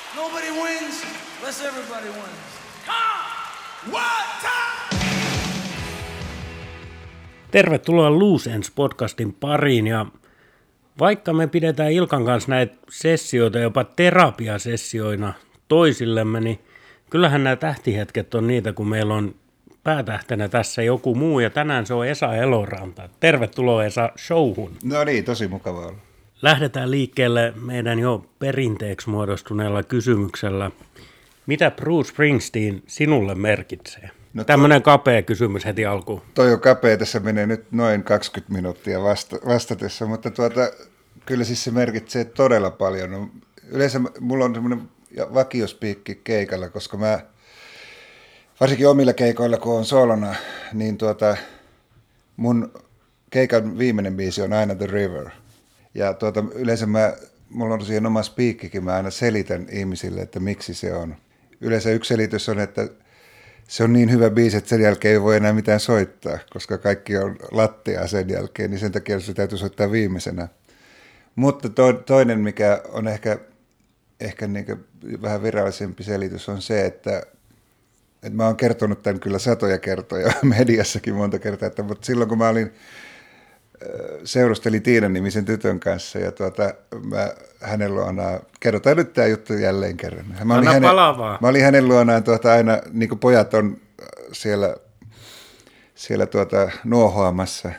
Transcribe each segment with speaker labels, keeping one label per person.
Speaker 1: Nobody wins unless everybody wins. Come! One time!
Speaker 2: Tervetuloa Loose Ends podcastin pariin ja vaikka me pidetään Ilkan kanssa näitä sessioita jopa terapiasessioina toisillemme, niin kyllähän nämä tähtihetket on niitä, kun meillä on päätähtenä tässä joku muu ja tänään se on Esa Eloranta. Tervetuloa Esa showhun.
Speaker 3: No niin, tosi mukavaa olla.
Speaker 2: Lähdetään liikkeelle meidän jo perinteeksi muodostuneella kysymyksellä. Mitä Bruce Springsteen sinulle merkitsee? No tämmöinen kapea kysymys heti alkuun.
Speaker 3: Toi on kapea, tässä menee nyt noin 20 minuuttia vastatessa, mutta kyllä siis se merkitsee todella paljon. No, yleensä mulla on semmoinen vakiospiikki keikalla, koska mä varsinkin omilla keikoilla, kun on solona, niin mun keikan viimeinen biisi on aina The River. Ja yleensä mulla on siihen oma spiikkikin, mä aina selitän ihmisille, että miksi se on. Yleensä yksi selitys on, että se on niin hyvä biisi, että sen jälkeen ei voi enää mitään soittaa, koska kaikki on lattiaa sen jälkeen, niin sen takia se täytyy soittaa viimeisenä. Mutta toinen, mikä on ehkä niin vähän virallisempi selitys, on se, että mä oon kertonut tämän kyllä satoja kertoja mediassakin monta kertaa, mutta silloin kun mä seurustelin Tiinan-nimisen tytön kanssa ja mä hänen luonaan, kerrotaan nyt tämä juttu jälleen kerran. Mä olin hänen luonaan aina, niin kuin pojat on siellä nuohoamassa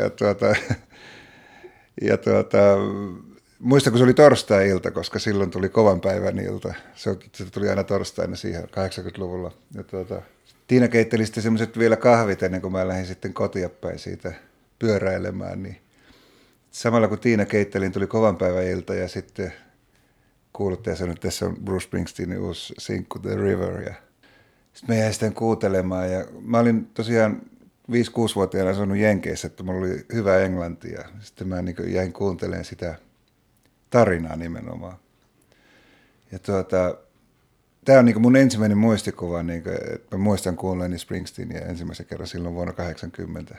Speaker 3: muistan, kun se oli torstai-ilta, koska silloin tuli kovan päivän ilta. Se tuli aina torstaina siihen 80-luvulla. Ja Tiina keitteli sitten semmoiset vielä kahvit ennen kuin mä lähdin sitten kotia päin siitä pyöräilemään. Niin samalla kun Tiina keittelin, tuli kovan päivän ilta ja sitten kuuluttaja sanoi, että tässä on Bruce Springsteenin uusi sinkku The River. Ja sitten mä jäin sitä kuuntelemaan ja mä olin tosiaan 5-6-vuotiaana asunut Jenkeissä, että mulla oli hyvä englanti ja sitten mä niin jäin kuuntelemaan sitä tarinaa nimenomaan. Ja tämä on niin mun ensimmäinen muistikuva, niin kuin, että mä muistan kuulleeni Springsteenia ensimmäisen kerran silloin vuonna 1980.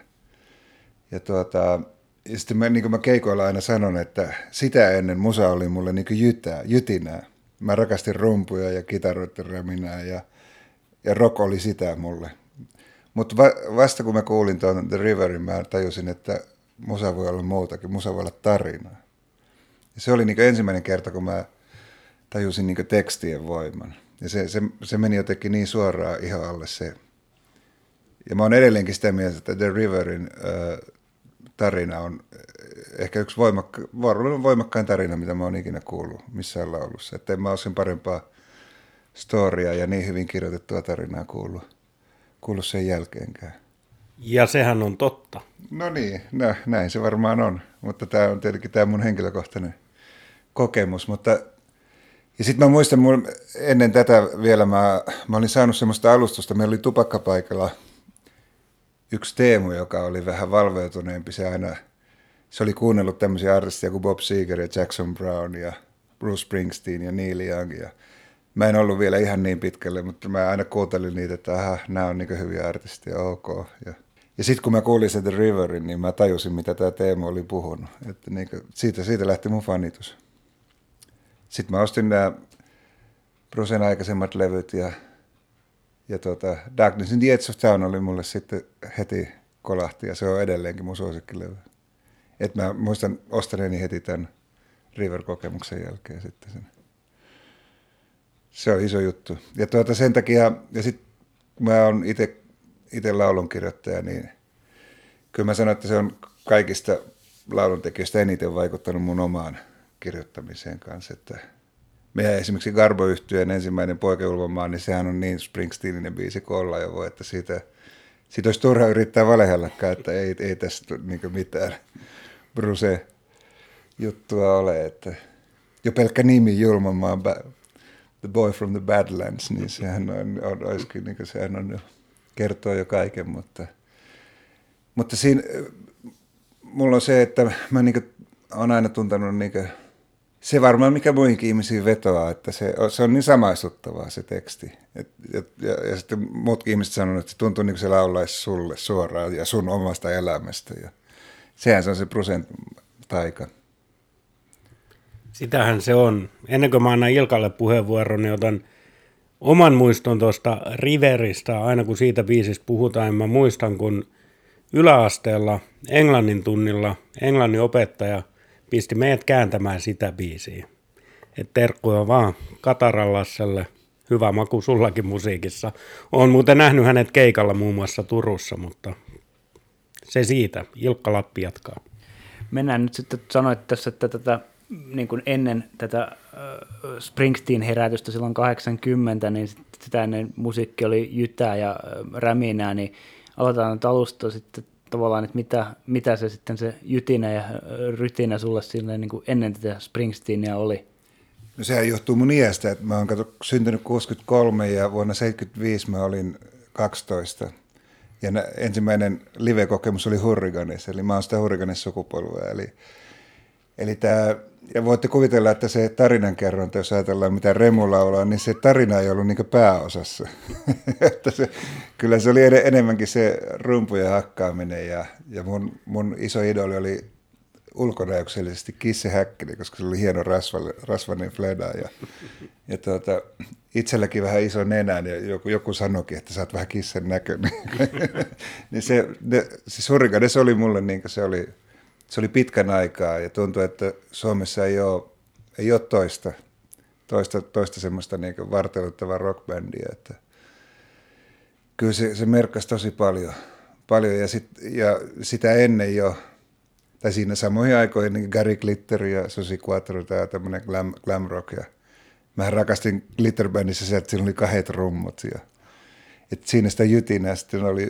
Speaker 3: Ja sitten mä keikoilla aina sanon, että sitä ennen musa oli mulle niin kuin jytinää. Mä rakastin rumpuja ja kitaroiden räminää ja rock oli sitä mulle. Mutta vasta kun mä kuulin tuon The Riverin, mä tajusin, että musa voi olla muutakin, musa voi olla tarinaa. Ja se oli niin kuin ensimmäinen kerta, kun mä tajusin niin kuin tekstien voiman. Ja se meni jotenkin niin suoraan ihan alle se. Ja mä oon edelleenkin sitä mieltä, että The Riverin tarina on ehkä yksi voimakkain tarina, mitä mä oon ikinä kuullut missään laulussa. Että en mä ole sen parempaa storya ja niin hyvin kirjoitettua tarinaa kuullut sen jälkeenkään.
Speaker 2: Ja sehän on totta.
Speaker 3: No niin, näin se varmaan on. Mutta tämä on tietenkin tämä mun henkilökohtainen kokemus. Ja sitten mä muistan, ennen tätä vielä mä olin saanut semmoista alustusta. Meillä oli tupakkapaikalla yksi Teemu, joka oli vähän valveutuneempi. Se oli kuunnellut tämmöisiä artisteja kuin Bob Seger ja Jackson Brown ja Bruce Springsteen ja Neil Young. Ja mä en ollut vielä ihan niin pitkälle, mutta mä aina kuuntelin niitä, että nämä on niin hyviä artisteja, ok. Ja sitten kun mä kuulin sen The Riverin, niin mä tajusin, mitä tämä Teemu oli puhunut. Että niin siitä lähti mun fanitus. Sitten mä ostin nämä Brucen aikaisemmat levyt ja Darkness in the Edge of Town oli mulle sitten heti kolahti ja se on edelleenkin mun suosikkilevy. Että mä muistan ostaneeni heti tämän River-kokemuksen jälkeen sitten sen. Se on iso juttu. Ja sen takia, ja sitten mä oon itse laulunkirjoittaja, niin kyllä mä sanon, että se on kaikista lauluntekijöistä eniten vaikuttanut mun omaan kirjoittamiseen kanssa. Että meidän esimerkiksi Garbo-yhtyeen ensimmäinen Poika Ulvomaan, niin sehän on niin Springsteeninen biisi kuin olla jo voi, että siitä olisi turha yrittää valehellakaan, että ei tästä niin mitään Bruce-juttua ole. Että jo pelkkä nimi Julmanmaan The Boy from the Badlands, niin sehän olisikin, niin sehän on kertoo jo kaiken, mutta siinä mulla on se, että mä niin olen aina tuntenut niin se varmaan mikä muihinkin ihmisiin vetoaa, että se on niin samaistuttavaa se teksti. Ja sitten muutkin ihmiset sanoo, että se tuntuu niin kuin se laulaisi sulle suoraan ja sun omasta elämästä. Ja sehän se on se Brucen taika.
Speaker 2: Sitähän se on. Ennen kuin mä annan Ilkalle puheenvuoron, niin otan oman muiston tuosta Riveristä. Aina kun siitä biisistä puhutaan, niin mä muistan, kun yläasteella englannin tunnilla englannin opettaja pisti meidät kääntämään sitä biisiä. Et terkkuja vaan Kataran-Lasselle. Hyvä maku sullakin musiikissa. Olen muuten nähnyt hänet keikalla muun muassa Turussa, mutta se siitä. Ilkka Lappi jatkaa.
Speaker 4: Mennään nyt sitten, sanoit tässä, että niin kuin ennen tätä Springsteen-herätystä silloin 80, niin sitä ennen musiikki oli jytää ja räminää, niin aloitetaan nyt alusta sitten tavallaan, että mitä se sitten se jytinä ja rytinä sulle silleen, niin kuin ennen tätä Springsteenia oli?
Speaker 3: No sehän johtuu mun iästä, että mä oon syntynyt 63 ja vuonna 75 mä olin 12. Ja ensimmäinen live-kokemus oli Hurricanes, eli mä oon sitä Hurricanes-sukupolvea. Eli tämä, ja voitte kuvitella, että se tarinankerronta, jos ajatellaan mitä Remu laulaa, niin se tarina ei ollut niin pääosassa. Että kyllä se oli enemmänkin se rumpujen hakkaaminen, ja mun iso idoli oli ulkonäöksellisesti Kisse Häkkinen, koska se oli hieno rasvainen fleda, ja itselläkin vähän iso nenä, ja joku sanoikin, että sä oot vähän Kissen näköinen. Niin se Hurricanes oli mulle, niin se oli pitkän aikaa, ja tuntui, että Suomessa ei ole toista semmoista niin varteluttavaa rockbändiä, että kyllä se merkkasi tosi paljon ja sitä ennen jo, tai siinä samoihin aikoihin niin Gary Glitter ja Susi Quattro, tämä tämmöinen glam rock, ja mä rakastin Glitter-bändissä se, että siinä oli 2 rummut, ja että siinä sitä jytinää sitten oli,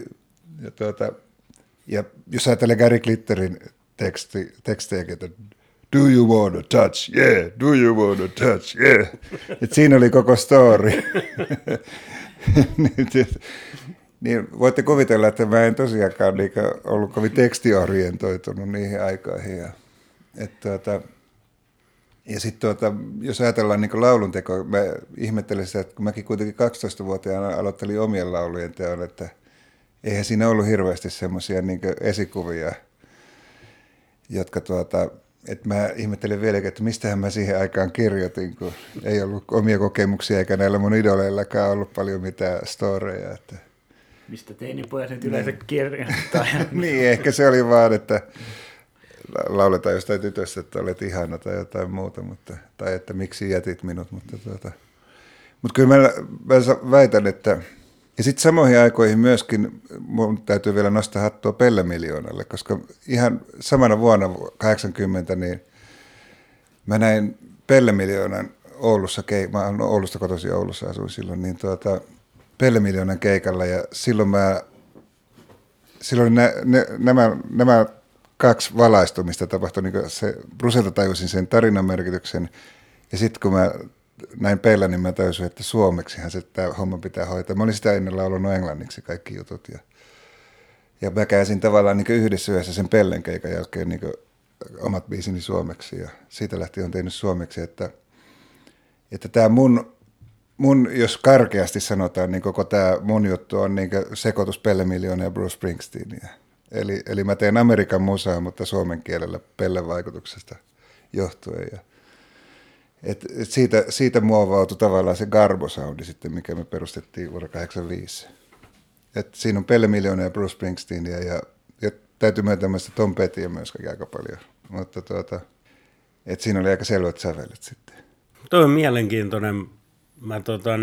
Speaker 3: ja jos ajattelee Gary Glitterin tekstejäkin, että do you wanna touch, yeah, do you wanna touch, yeah, että siinä oli koko story. Niin voitte kuvitella, että mä en tosiaankaan ollut kovin tekstiorientoitunut niihin aikoihin. Ja sitten jos ajatellaan niin laulun tekoa, mä ihmettelen sitä, että kun mäkin kuitenkin 12-vuotiaana aloittelin omien laulujen teon, että eihän siinä ollut hirveästi semmoisia niin esikuvia, jotka että mä ihmettelin vieläkin, että mistähän mä siihen aikaan kirjoitin, kun ei ollut omia kokemuksia eikä näillä mun idoleillakaan ollut paljon mitään storeja, että
Speaker 4: mistä teinipojat nyt yleensä kirjoittaa.
Speaker 3: Niin, ehkä se oli vaan, että lauletaan jostain tytöstä, että olet ihana tai jotain muuta, tai että miksi jätit minut. Mutta kyllä mä väitän, että ja sitten samoihin aikoihin myöskin mun täytyy vielä nostaa hattua Pelle Miljoonalle, koska ihan samana vuonna 80, niin mä näin Pelle Miljoonan Oulussa, mä olen Oulusta kotoisin, Oulussa asuin silloin, niin Pelle Miljoonan keikalla, ja silloin nämä 2 valaistumista tapahtui, niin Bruselta tajusin sen tarinan merkityksen, ja sitten kun mä näin Pelle, niin mä tajusin, että suomeksihan se tämä homma pitää hoitaa. Mä olin sitä ennen laulanut englanniksi kaikki jutut, ja mä käsin tavallaan niin yhdessä yössä sen Pellen keikan jälkeen niin omat biisini suomeksi, ja siitä lähtien on tehnyt suomeksi, että tämä mun, jos karkeasti sanotaan, niin koko tämä mun juttu on niin sekoitus Pelle Miljoona ja Bruce Springsteenia. Eli mä teen Amerikan musaa, mutta suomen kielellä Pellen vaikutuksesta johtuen. Ja siitä muovautui tavallaan se Garbo-soundi sitten, mikä me perustettiin vuonna 1985. Siinä on Pelle Miljoona ja Bruce Springsteenia, ja täytyy myöntää myös Tom Pettyä myöskin aika paljon. Mutta siinä oli aika selvät sävelet sitten.
Speaker 2: Toi on mielenkiintoinen. Mä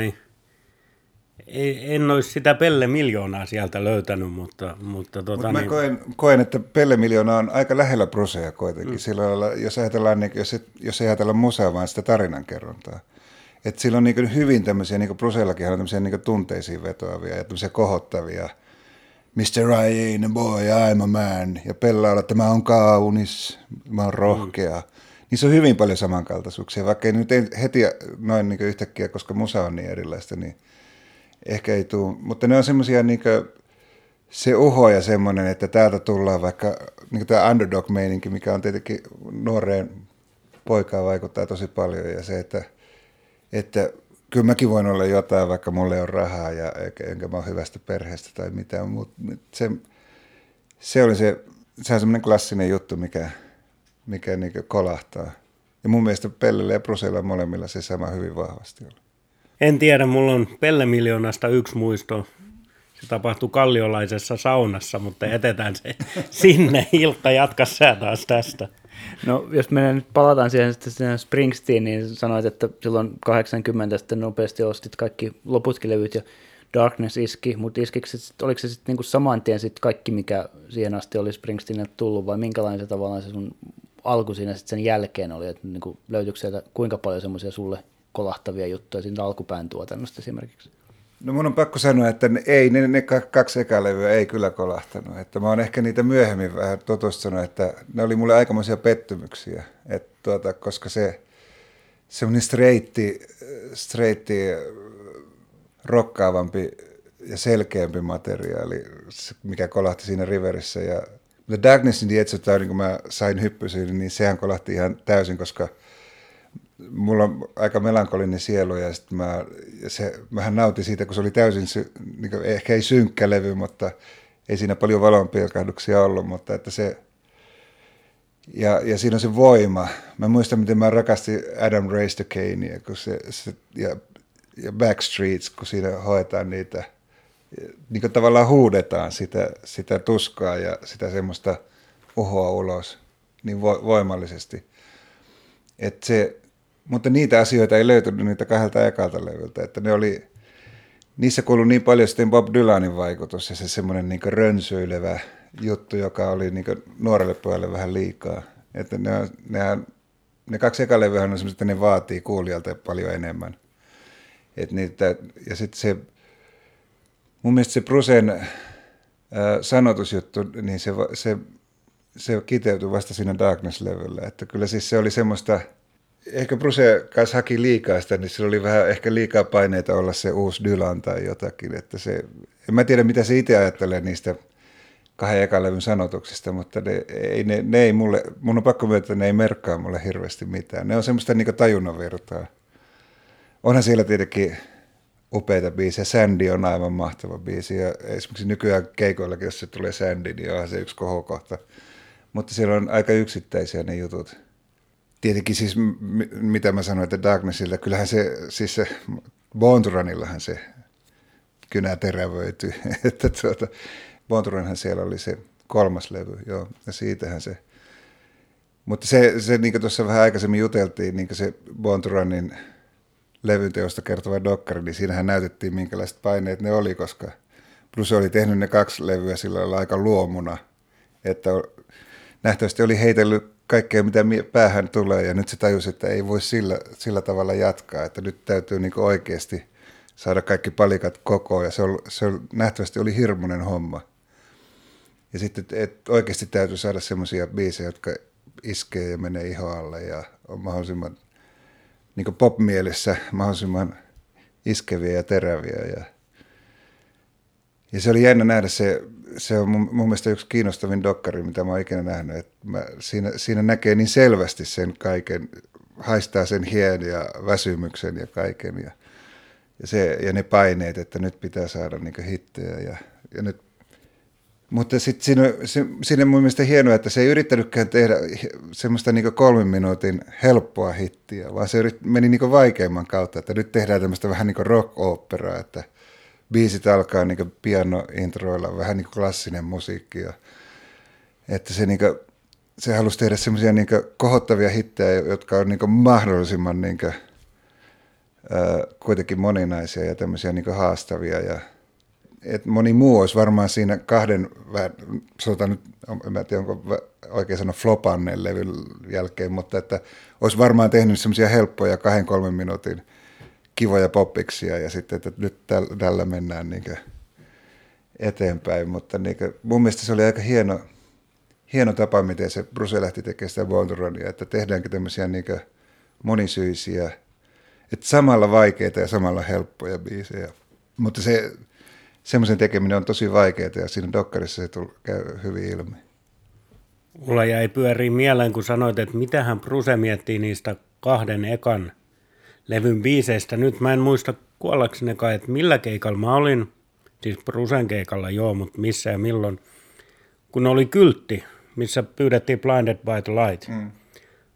Speaker 2: en olisi sitä Pelle Miljoonaa sieltä löytänyt, mutta
Speaker 3: mä koen, että Pelle Miljoona on aika lähellä Brucea kuitenkin. Silloin, jos ei ajatella musaa, vaan sitä tarinankerrontaa. Että sillä on niin hyvin tämmöisiä, niin kuin Brucellakin on tämmöisiä niin tunteisiin vetoavia ja tämmöisiä kohottavia. Mr. I ain't a boy, I'm a man. Ja Pella on, että mä oon kaunis, mä oon rohkea. Niin se on hyvin paljon samankaltaisuuksia, vaikka ei nyt heti noin niin yhtäkkiä, koska musa on niin erilaista, niin ehkä ei tule. Mutta ne on semmoisia, niin se uho ja semmoinen, että täältä tullaan vaikka niin tämä underdog-meininki, mikä on tietenkin nuoreen poikaan vaikuttaa tosi paljon. Ja se, että kyllä mäkin voin olla jotain, vaikka mulla ei ole rahaa ja enkä mä ole hyvästä perheestä tai mitään. Mutta se on semmoinen klassinen juttu, mikä niin kolahtaa. Ja mun mielestä Pellellä ja Bruceilla molemmilla se sama hyvin vahvasti oli.
Speaker 2: En tiedä, mulla on Pelle Miljoonasta yksi muisto. Se tapahtui kalliolaisessa saunassa, mutta jätetään se sinne. Ilkka, jatka sä taas tästä.
Speaker 4: No jos me nyt palataan siihen Springsteeniin, niin sanoit, että silloin 80 sitten nopeasti ostit kaikki loputkin levyt ja Darkness iski, mutta oliko se sitten niinku saman tien sit kaikki, mikä siihen asti oli Springsteenille tullut, vai minkälainen se tavallaan se sun alku siinä sitten sen jälkeen oli, että niinku löytyykö sieltä kuinka paljon semmoisia sulle kolahtavia juttuja siitä alkupään tuotannosta esimerkiksi?
Speaker 3: No mun on pakko sanoa, että ne kaksi ekaa levyä ei kyllä kolahtanut. Että mä oon ehkä niitä myöhemmin vähän tutustunut, että ne oli mulle aikamoisia pettymyksiä. Että koska se semmoinen straighti, rokkaavampi ja selkeämpi materiaali, mikä kolahti siinä Riverissä. Mutta Darkness in the Edge, niin kun mä sain hyppysyyn, niin sehän kolahti ihan täysin, koska mulla on aika melankolinen sielu ja mähän nautin siitä, kun se oli täysin, niin ehkä ei synkkä levy, mutta ei siinä paljon valonpilkahduksia ollut, mutta että se, ja siinä on se voima. Mä muistan, miten mä rakastin Adam Raised Canea ja Backstreets, kun siinä hoetaan niitä, niin kuin tavallaan huudetaan sitä tuskaa ja sitä semmoista uhoa ulos niin voimallisesti. Mutta niitä asioita ei löytynyt niitä kahdelta ekalta levyltä, että niissä kuului niin paljon sitten Bob Dylanin vaikutus ja se semmoinen niin kuin rönsyilevä juttu, joka oli niin kuin nuorelle pojalle vähän liikaa. Että ne kaksi ekalevyä on semmoiset, että ne vaatii kuulijalta paljon enemmän. Ja sitten se, mun mielestä se Brucen sanotusjuttu, niin se kiteytyi vasta siinä Darkness-levyllä. Että kyllä siis se oli semmoista, ehkä Bruce kanssa haki liikaa sitä, niin sillä oli vähän ehkä liikaa paineita olla se uusi Dylan tai jotakin. Että en mä tiedä, mitä se itse ajattelee niistä kahden ekan levyn sanotuksista, mutta ne ei mulle, mun on pakko myöntää, että ne ei merkkaa mulle hirveästi mitään. Ne on semmoista niin kuin tajunnan virtaa. Onhan siellä tietenkin upeita biisejä. Sandy on aivan mahtava biisi. Ja esimerkiksi nykyään keikoillakin, jos se tulee Sandy, niin onhan se yksi kohokohta. Mutta siellä on aika yksittäisiä ne jutut. Tietenkin siis, mitä mä sanoin, että Darknessilta, kyllähän se Born to Runillahan se kynä terävöityi. Että Born to Runhan siellä oli se 3. levy, joo, ja siitähän se. Mutta se niin kuin tuossa vähän aikaisemmin juteltiin, niin kuin se Born to Runin levynteosta kertova dokkari, niin siinähän näytettiin, minkälaiset paineet ne oli, koska Bruce oli tehnyt ne 2 levyä sillä lailla aika luomuna, että nähtävästi oli heitellyt kaikkea, mitä päähän tulee, ja nyt se tajusi, että ei voi sillä tavalla jatkaa, että nyt täytyy niin kuin oikeasti saada kaikki palikat kokoon, ja se nähtävästi oli hirmuinen homma. Ja sitten, että oikeasti täytyy saada semmoisia biisejä, jotka iskee ja menee ihon alle, ja on mahdollisimman niin kuin pop-mielessä mahdollisimman iskeviä ja teräviä. Ja se oli jännä nähdä, se on mun mielestä yksi kiinnostavin dokkari, mitä mä oon ikinä nähnyt. Että siinä näkee niin selvästi sen kaiken, haistaa sen hien ja väsymyksen ja kaiken. Ja ne paineet, että nyt pitää saada niinku hittejä. Ja nyt. Mutta sitten siinä on mun mielestä hienoa, että se ei yrittänytkään tehdä semmoista niinku 3 minuutin helppoa hittiä, vaan se meni niinku vaikeimman kautta, että nyt tehdään tämmöistä vähän niin kuin rock-operaa, että biisit alkaa niin kuin piano-introilla, vähän niin kuin klassinen musiikki. Että se halusi tehdä semmoisia niin kuin kohottavia hittejä, jotka on niin kuin mahdollisimman niin kuin, kuitenkin moninaisia ja tämmöisiä niin kuin haastavia. Et moni muu olisi varmaan siinä 2, sanotaan nyt, en tiedä onko oikein sanoa flopannen levyn jälkeen, mutta että olisi varmaan tehnyt semmoisia helppoja 2-3 minuutin kivoja poppiksia ja sitten, että nyt tällä mennään niin kuin eteenpäin, mutta niin kuin, mun mielestä se oli aika hieno tapa, miten se Bruce lähti tekemään sitä Born to Runia, että tehdäänkin tämmöisiä niin kuin monisyisiä, että samalla vaikeita ja samalla helppoja biisejä, mutta semmoisen tekeminen on tosi vaikeaa ja siinä dokkarissa se käy hyvin ilmi.
Speaker 2: Mulla jäi pyöriin mieleen, kun sanoit, että mitähän Bruce miettii niistä 2 ekan levyn biiseistä. Nyt mä en muista kuollaksenikaan, että millä keikalla mä olin, siis Brucen keikalla joo, mutta missä ja milloin, kun oli kyltti, missä pyydettiin Blinded by the Light.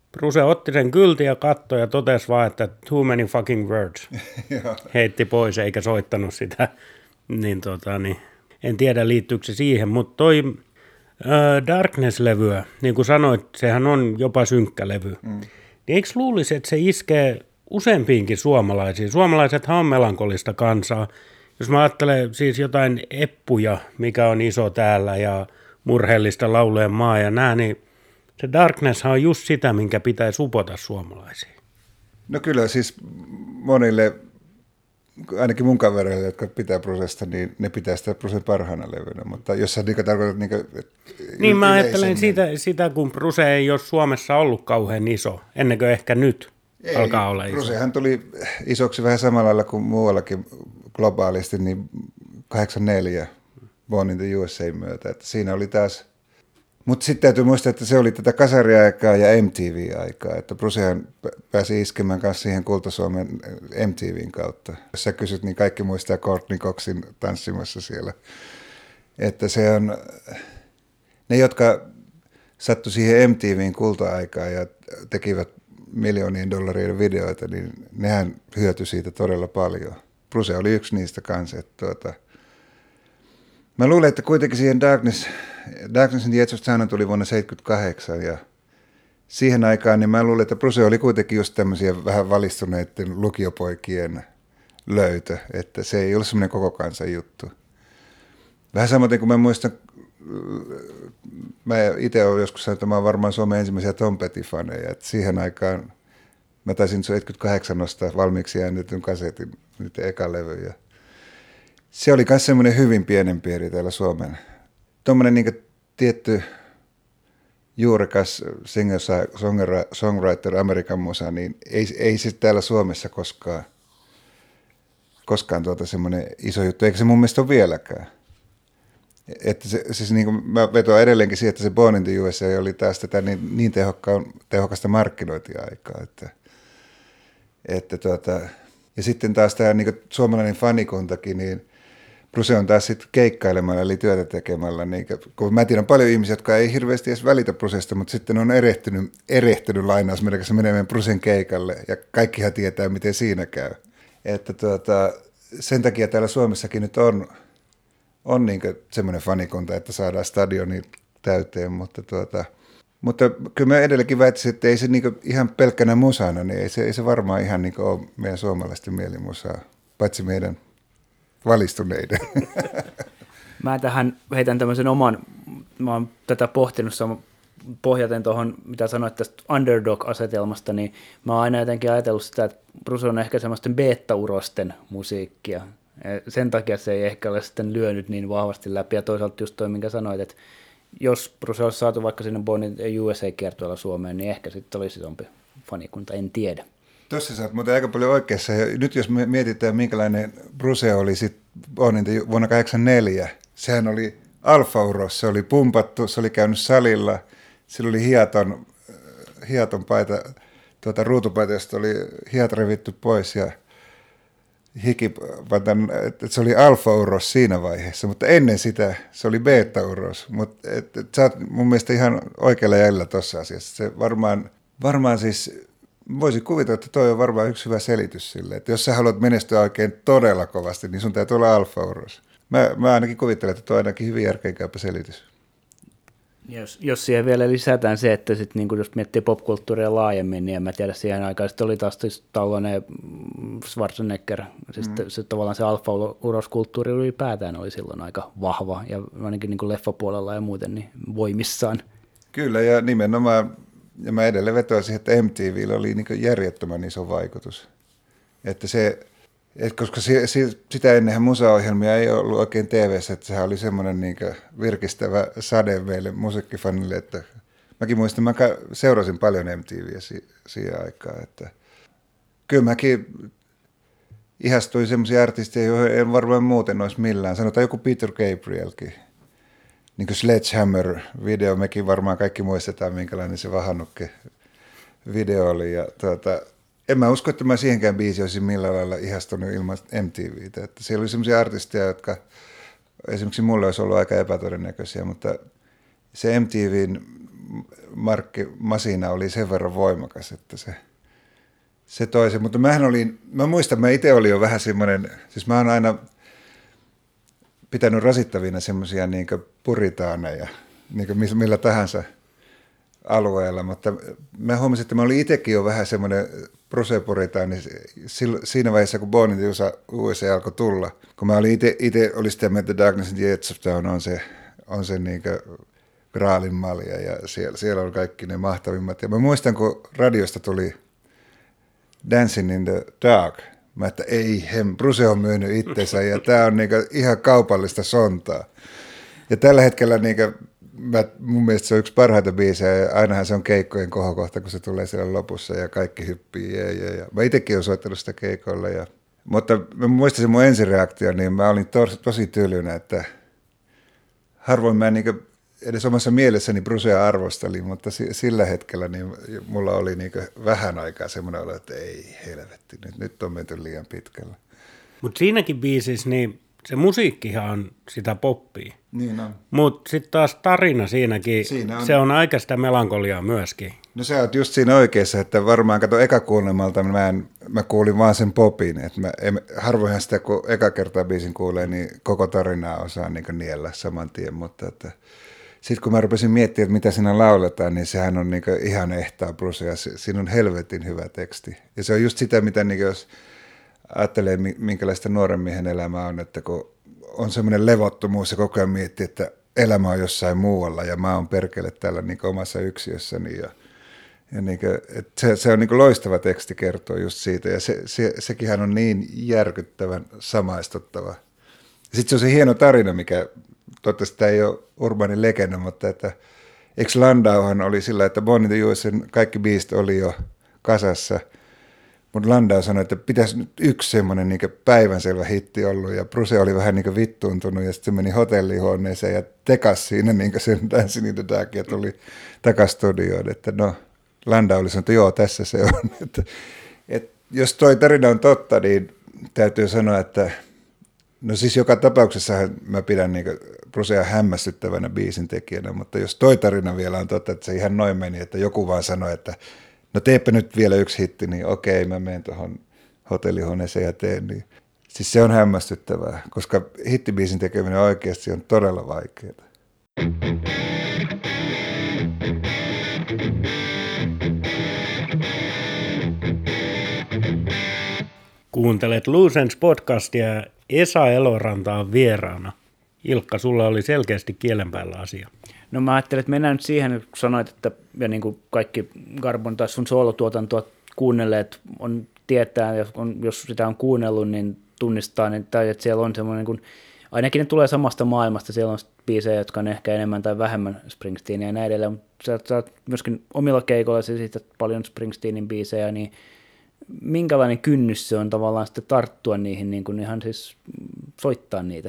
Speaker 2: Bruce otti sen kyltin ja katsoi ja totesi vaan, että too many fucking words. Heitti pois eikä soittanut sitä. Niin, en tiedä liittyykö se siihen, mutta toi Darkness-levyä, niin kuin sanoit, sehän on jopa synkkä levy. Niin eikö luulisi, että se iskee useampiinkin suomalaisiin? Suomalaisethan on melankolista kansaa. Jos mä ajattelen siis jotain Eppuja, mikä on iso täällä, ja murheellista laulujen maa ja nää, niin se Darkness on just sitä, minkä pitäisi upota suomalaisiin.
Speaker 3: No kyllä siis monille, ainakin mun kavereille, jotka pitää Brucesta, niin ne pitää sitä Brucen parhaana levynä, mutta jos sä tarkoitat
Speaker 2: niin mä ajattelen sitä, kun Bruce ei ole Suomessa ollut kauhean iso, ennen kuin ehkä nyt alkaa olla iso.
Speaker 3: Brucehan tuli isoksi vähän samalla lailla kuin muuallakin globaalisti, niin 84 Born in the USA myötä, että siinä oli taas. Mutta sitten täytyy muistaa, että se oli tätä kasariaikaa ja MTV-aikaa, että Brucehan pääsi iskemään kanssa siihen Kulta-Suomen MTVn kautta. Jos sä kysyt, niin kaikki muistaa Courtney Coxin tanssimassa siellä. Että se on, ne jotka sattu siihen MTVn kulta-aikaan ja tekivät miljoonien dollarien videoita, niin nehän hyötyi siitä todella paljon. Bruce oli yksi niistä kanssa, että mä luulen, että kuitenkin siihen Darkness and the Edge of Town tuli vuonna 1978 ja siihen aikaan niin mä luulen, että Bruce oli kuitenkin just tämmöisiä vähän valistuneiden lukiopoikien löytö, että se ei ollut semmoinen koko kansan juttu. Vähän samoin kuin mä muistan, mä itse olen joskus sanonut, että mä olen varmaan Suomen ensimmäisiä Tom Petty-faneja, että siihen aikaan mä taisin 78 nostaa valmiiksi äännetyn kasetin, nyt eka levy ja se oli myös semmoinen hyvin pienen piiri täällä Suomen. Tuommoinen niin tietty juurekas singer-songwriter Amerikan musa, niin ei se täällä Suomessa koskaan semmoinen iso juttu, eikä se mun mielestä ole vieläkään. Että siis niin kuin mä vetoan edelleenkin siihen, että se Born in the USA oli taas tätä niin tehokasta markkinointiaikaa. Ja sitten taas tämä niin suomalainen fanikuntakin, niin Bruce on taas sitten keikkailemalla eli työtä tekemällä. Niin, kun mä tiedän paljon ihmisiä, jotka ei hirveästi edes välitä Brucesta, mutta sitten on erehtynyt lainausmerkissä menemään Brucen keikalle ja kaikkihan tietää, miten siinä käy. Että sen takia täällä Suomessakin nyt on niin semmoinen fanikunta, että saadaan stadioni täyteen, mutta kyllä mä edelleenkin väittäisin, että ei se niin ihan pelkkänä musana, niin ei se varmaan ihan niin ole meidän suomalaisten mielimusaa, paitsi meidän valistuneiden.
Speaker 4: Mä tähän heitän tämmöisen mä oon tätä pohtinut pohjaten tuohon, mitä sanoit tästä underdog-asetelmasta, niin mä oon aina jotenkin ajatellut sitä, että Bruce on ehkä semmoisten beta-urosten musiikkia. Sen takia se ei ehkä ole sitten lyönyt niin vahvasti läpi, ja toisaalta just toi, minkä sanoit, että jos Bruce olisi saatu vaikka sinne Born in the USA-kiertueella Suomeen, niin ehkä sitten olisi isompi fanikunta, en tiedä.
Speaker 3: Tuossa sä oot muuten aika paljon oikeassa, ja nyt jos me mietitään, minkälainen Bruce oli sitten vuonna 1984, sehän oli alfa-uros, se oli pumpattu, se oli käynyt salilla, sillä oli hiaton paita, ruutupaita, josta oli hiat revitty pois, ja se oli alfa-uros siinä vaiheessa, mutta ennen sitä se oli beta-uros. Mutta sä oot mun mielestä ihan oikealla jäljellä tuossa asiassa. Se varmaan siis, voisi kuvitella, että toi on varmaan yksi hyvä selitys sille, että jos sä haluat menestyä oikein todella kovasti, niin sun täytyy olla alfa-uros. Mä ainakin kuvittelen, että toi on ainakin hyvin järkeenkäypä selitys.
Speaker 4: Jos siihen vielä lisätään se, että sit, niin jos miettii popkulttuuria laajemmin, niin en mä tiedä, siihen aikaan sitten oli taas tällainen Schwarzenegger, se tavallaan se alfa-uroskulttuuri ylipäätään oli silloin aika vahva, ja ainakin niin leffapuolella ja muuten niin voimissaan. Kyllä,
Speaker 3: ja nimenomaan, ja mä edelleen vetoisin, että MTVllä oli niin järjettömän iso vaikutus. Koska sitä ennenhän musaohjelmia ei ollut oikein TV:ssä, että sehän oli semmoinen niin virkistävä sade meille musiikkifanille, että mäkin muistan, mä seurasin paljon MTV:ä siihen aikaan, että kyllä mäkin ihastuin semmoisia artisteja, joihin en varmaan muuten olisi millään. Sanotaan joku Peter Gabrielkin, niin kuin Sledgehammer-video, mekin varmaan kaikki muistetaan, minkälainen se Vahanukke-video oli, ja en mä usko, että mä siihenkään biisi olisin millään lailla ihastunut ilman MTVtä. Että siellä oli sellaisia artisteja, jotka esimerkiksi mulle olisi ollut aika epätodennäköisiä, mutta se MTVn Markki Masina oli sen verran voimakas, että se toisi. Mutta mä muistan, mä itse olin jo vähän semmoinen, siis mä oon aina pitänyt rasittavina semmoisia niin puritaaneja, niin millä tahansa alueella, mutta mä huomasin, että mä olin itsekin jo vähän semmoinen Bruce-puritaani siinä vaiheessa, kun Born in the USA alkoi tulla. Kun mä olin itse sitä mieltä, että Darkness and the Edge of Town on se niin graalin malja ja siellä on kaikki ne mahtavimmat. Ja mä muistan, kun radiosta tuli Dancing in the Dark, mä että Bruce on myynyt itsensä ja tää on niin ihan kaupallista sontaa. Ja tällä hetkellä mun mielestä se on yksi parhaita biisejä ja ainahan se on keikkojen kohokohta, kun se tulee siellä lopussa ja kaikki hyppii. Ja mä itsekin olen soittanut sitä keikoilla. Mutta mä muistan se mun ensireaktio, niin mä olin tosi tylynä, että harvoin mä edes omassa mielessäni Brucea arvostelin, mutta sillä hetkellä niin mulla oli vähän aikaa semmoinen olo, että ei helvetti, nyt on menty liian pitkällä.
Speaker 2: Mutta siinäkin biisissä niin se musiikkihan on sitä poppia.
Speaker 3: Niin on.
Speaker 2: Mutta sitten taas tarina siinäkin, se on aika sitä melankoliaa myöskin.
Speaker 3: No sä oot just siinä oikeassa, että varmaan kato eka kuulemalta mä kuulin vaan sen popin. Että harvoinhan sitä kun eka kertaa biisin kuulee, niin koko tarinaa osaa niellä saman tien. Mutta sitten kun mä rupesin miettimään, että mitä siinä lauletaan, niin sehän on ihan ehtaa Bruce ja siinä on helvetin hyvä teksti. Ja se on just sitä, mitä jos ajattelee, minkälaista nuoren miehen elämä on, että kun on semmoinen levottomuus ja koko ajan miettii, että elämä on jossain muualla ja mä oon perkele täällä omassa yksiössäni. Ja että se on loistava teksti kertoo just siitä ja sekinhän on niin järkyttävän samaistuttava. Sitten se on se hieno tarina, mikä toivottavasti tämä ei ole urbaani legenda, mutta että eikö Landauhan oli sillä, että Born in the USA:n kaikki biisit oli jo kasassa. Mutta Landau sanoi, että pitäisi nyt yksi semmoinen päivänselvä hitti ollut, ja Bruce oli vähän vittuuntunut, ja sitten se meni hotellihuoneeseen ja tekas siinä sen Dancing in the Dark, ja tuli takaisin studioon, että no, Landau oli sanonut, että joo, tässä se on. että jos toi tarina on totta, niin täytyy sanoa, että no siis joka tapauksessa mä pidän Brucea hämmästyttävänä biisin tekijänä, mutta jos toi tarina vielä on totta, että se ihan noin meni, että joku vaan sanoi, että no teepä nyt vielä yksi hitti, niin okei, mä menen tuohon hotellihuoneeseen ja teen. Niin. Siis se on hämmästyttävää, koska hittibiisin tekeminen oikeasti on todella vaikeaa.
Speaker 2: Kuuntelet Loose Ends podcastia ja Esa Eloranta on vieraana. Ilkka, sulla oli selkeästi kielen päällä asia.
Speaker 4: No mä ajattelin, että mennään nyt siihen, kun sanoit, että ja niin kuin kaikki Garbon tai sun soolotuotantoa kuunnelleet tietää, ja jos sitä on kuunnellut, niin tunnistaa, että siellä on semmoinen, niin kuin, ainakin ne tulee samasta maailmasta, siellä on biisejä, jotka on ehkä enemmän tai vähemmän Springsteenia ja näin edelleen, mutta sä oot myöskin omilla keikoilla esität paljon Springsteenin biisejä, niin minkälainen kynnys se on tavallaan sitten tarttua niihin, niin kuin ihan siis soittaa niitä?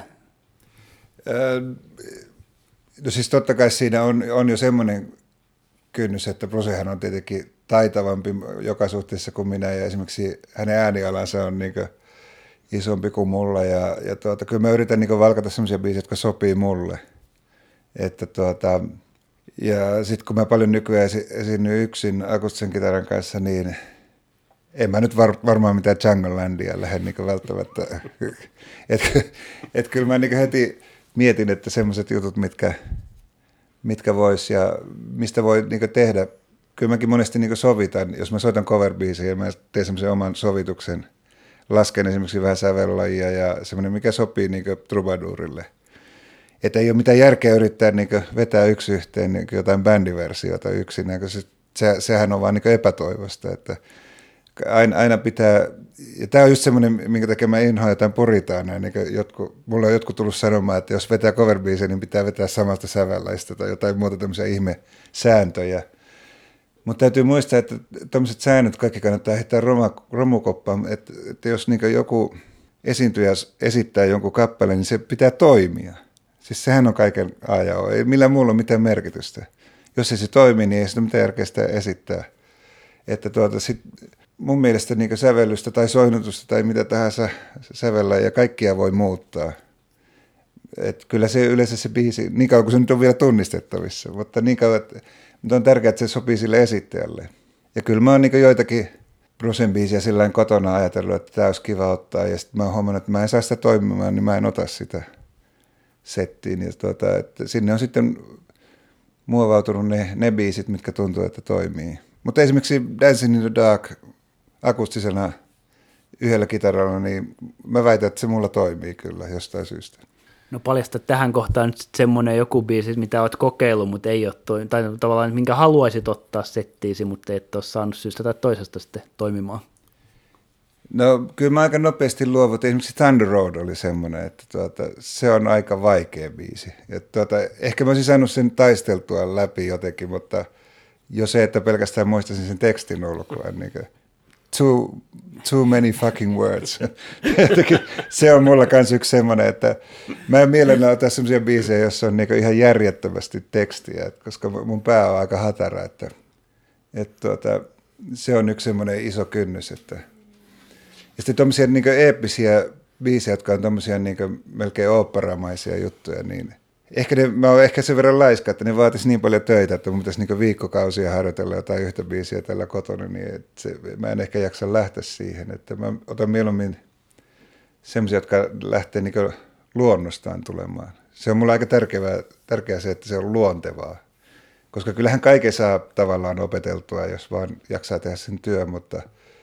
Speaker 3: No siis totta kai siinä on jo semmoinen kynnys, että Brucehan on tietenkin taitavampi joka suhteessa kuin minä ja esimerkiksi hänen äänialansa on isompi kuin mulla ja kyllä mä yritän valkata semmoisia biisejä, jotka sopii mulle. Että ja sitten kun mä paljon nykyään esiinnyin yksin akustisen kitaran kanssa, niin en mä nyt varmaan mitään Jungle Landia lähde välttämättä. Että kyllä mä heti mietin, että semmoiset jutut, mitkä vois ja mistä voi tehdä. Kyllä mäkin monesti sovitan, jos mä soitan cover-biisejä, mä teen semmoisen oman sovituksen, lasken esimerkiksi vähän sävellajia ja semmoinen, mikä sopii troubadourille. Että ei ole mitään järkeä yrittää vetää yksi yhteen jotain bändiversiota yksinään, koska sehän on vaan epätoivosta, että aina pitää, ja tämä on just semmoinen, minkä takia mä inhoan jotain puritaanaa, mulla on jotkut tullut sanomaan, että jos vetää cover-biisejä, niin pitää vetää samasta sävällaista tai jotain muuta tämmöisiä ihmesääntöjä. Mutta täytyy muistaa, että tämmöiset säännöt kaikki kannattaa heittää romukoppaan, että jos joku esiintyjä esittää jonkun kappaleen, niin se pitää toimia. Siis sehän on kaiken A ja O, ei millään muulla ole mitään merkitystä. Jos ei se toimi, niin ei sitä mitään järkeä sitä esittää. Että mun mielestä sävellystä tai soinnutusta tai mitä tahansa sävellä ja kaikkia voi muuttaa. Et kyllä se yleensä se biisi, niin kauan kuin se nyt on vielä tunnistettavissa, mutta niin kauan, että on tärkeää, että se sopii sille esittäjälle. Ja kyllä mä oon niin joitakin Brucen biisiä sillain kotona ajatellut, että tämä olisi kiva ottaa, ja sitten mä oon huomannut, että mä en saa sitä toimimaan, niin mä en ota sitä settiin. Ja että sinne on sitten muovautunut ne biisit, mitkä tuntuu, että toimii. Mutta esimerkiksi Dancing in the Dark akustisena yhdellä kitaralla, niin mä väitän, että se mulla toimii kyllä jostain syystä.
Speaker 4: No paljasta tähän kohtaan nyt semmoinen joku biisi, mitä olet kokeillut, mutta ei ole toiminut, tai tavallaan minkä haluaisit ottaa settiisi, mutta et ole saanut syystä tai toisesta sitten toimimaan.
Speaker 3: No kyllä mä aika nopeasti luovutin. Esimerkiksi Thunder Road oli semmoinen, että se on aika vaikea biisi. Ehkä mä olisin saanut sen taisteltua läpi jotenkin, mutta jo se, että pelkästään muistaisin sen tekstin ulkoa, niin too many fucking words. Se on mulla kans yksi semmoinen, että mä en mielellään ota semmoisia biisejä, jossa on ihan järjettömästi tekstiä, koska mun pää on aika hatara, että se on yksi semmoinen iso kynnys. Ja sitten tommosia eeppisiä biisejä, jotka on tommosia melkein oopperamaisia juttuja, niin mä oon ehkä sen verran laiska, että ne vaatisi niin paljon töitä, että mun pitäisi viikkokausia harjoitella jotain yhtä biisiä tällä kotona, niin mä en ehkä jaksa lähteä siihen. Että mä otan mieluummin semmoisia, jotka lähtee luonnostaan tulemaan. Se on mulla aika tärkeää se, että se on luontevaa. Koska kyllähän kaiken saa tavallaan opeteltua, jos vaan jaksaa tehdä sen työn, mutta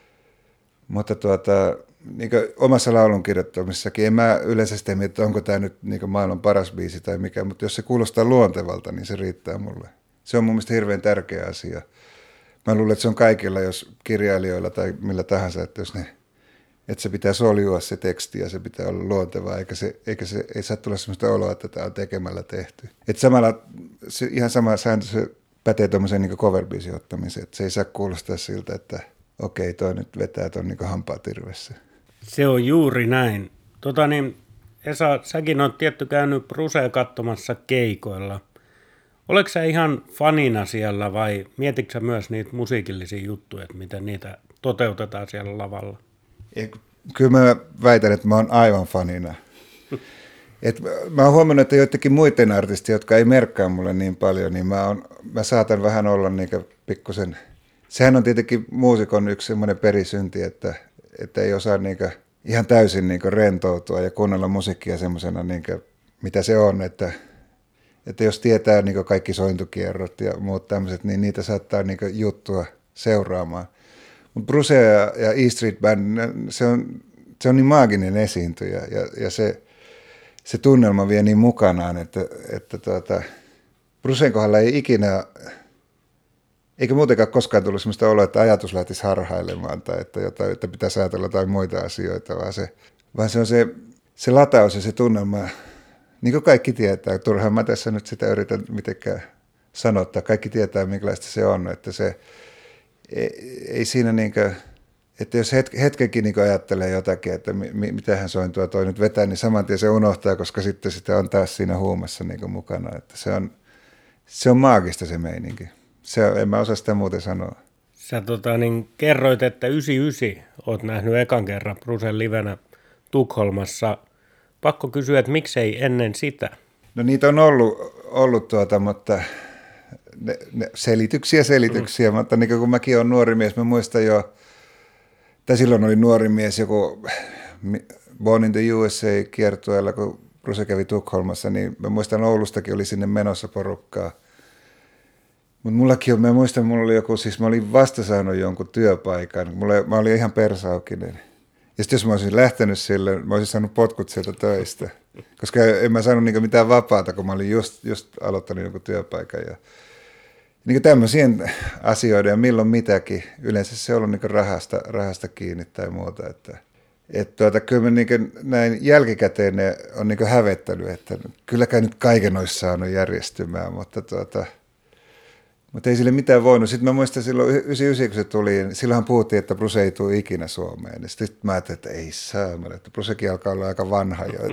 Speaker 3: omassa laulun kirjoittamisessakin en mä yleensä sitä miettiä, että onko tämä nyt maailman paras biisi tai mikä, mutta jos se kuulostaa luontevalta, niin se riittää mulle. Se on mun mielestä hirveän tärkeä asia. Mä luulen, että se on kaikilla, jos kirjailijoilla tai millä tahansa, että se pitää soljua se teksti ja se pitää olla luontevaa, ei saa tulla sellaista oloa, että tämä on tekemällä tehty. Että samalla, ihan sama sääntö se pätee tuommoiseen cover-biisin ottamiseen, että se ei saa kuulostaa siltä, että okei, toi nyt vetää tuon hampaat irvessä.
Speaker 2: Se on juuri näin. Esa, säkin oot tietty käynyt Brucea katsomassa keikoilla. Oletko sä ihan fanina siellä vai mietitkö sä myös niitä musiikillisia juttuja, että miten niitä toteutetaan siellä lavalla?
Speaker 3: Kyllä mä väitän, että mä oon aivan fanina. Mä oon huomannut, että joidenkin muiden artistien, jotka ei merkkaa mulle niin paljon, niin mä saatan vähän olla pikkusen. Sehän on tietenkin muusikon yksi semmoinen perisynti, että ei osaa ihan täysin rentoutua ja kuunnella musiikkia semmoisena, mitä se on, että jos tietää kaikki sointukierrot ja muut tämmöiset, niin niitä saattaa juttua seuraamaan. Mutta Bruce ja E Street Band, se on niin maaginen esiintyjä ja se tunnelma vie niin mukanaan, että Brucen kohdalla ei ikinä, eikä muutenkaan koskaan tullut sellaista oloa, että ajatus lähtisi harhailemaan tai että pitäisi ajatella jotain muita asioita, vaan se on se lataus ja se tunnelma, niin kuin kaikki tietää. Turhaan mä tässä nyt sitä yritän mitenkään sanottaa. Kaikki tietää, minkälaista se on, että se ei siinä että jos hetkenkin ajattelee jotakin, että mitähän sointua toi nyt vetää, niin saman tien se unohtaa, koska sitten sitä on taas siinä huumassa mukana, että se on maagista se meininki. En mä osaa sitä muuten sanoa.
Speaker 2: Sä kerroit, että 99 oot nähnyt ekan kerran Brucen livenä Tukholmassa. Pakko kysyä, että miksei ennen sitä? No
Speaker 3: niitä on ollut mutta selityksiä, mutta kun mäkin olen nuori mies, mä muistan jo, tai silloin oli nuori mies joku Born in the USA-kiertueella, kun Bruce kävi Tukholmassa, niin mä muistan Oulustakin oli sinne menossa porukkaa. Mutta mullakin on, mä muistan, mulla oli joku, siis mä olin vasta saanut jonkun työpaikan, mä olin ihan persaukinen. Ja sitten jos mä olisin lähtenyt sille, mä olisin saanut potkut sieltä töistä, koska en mä saanut mitään vapaata, kun mä olin just aloittanut jonkun työpaikan. Ja tämmöisien asioiden ja milloin mitäkin, yleensä se on ollut rahasta kiinni tai muuta. Että kyllä mä näin jälkikäteen ne on hävettänyt, että kylläkään nyt kaiken olisi saanut järjestymään, mutta ei sille mitään voinut. Sitten mä muistan silloin 99, kun se tuli, niin silloinhan puhuttiin, että Bruce ei tule ikinä Suomeen. Ja sitten mä ajattelin, että ei saa, että Brucekin alkaa olla aika vanha jo.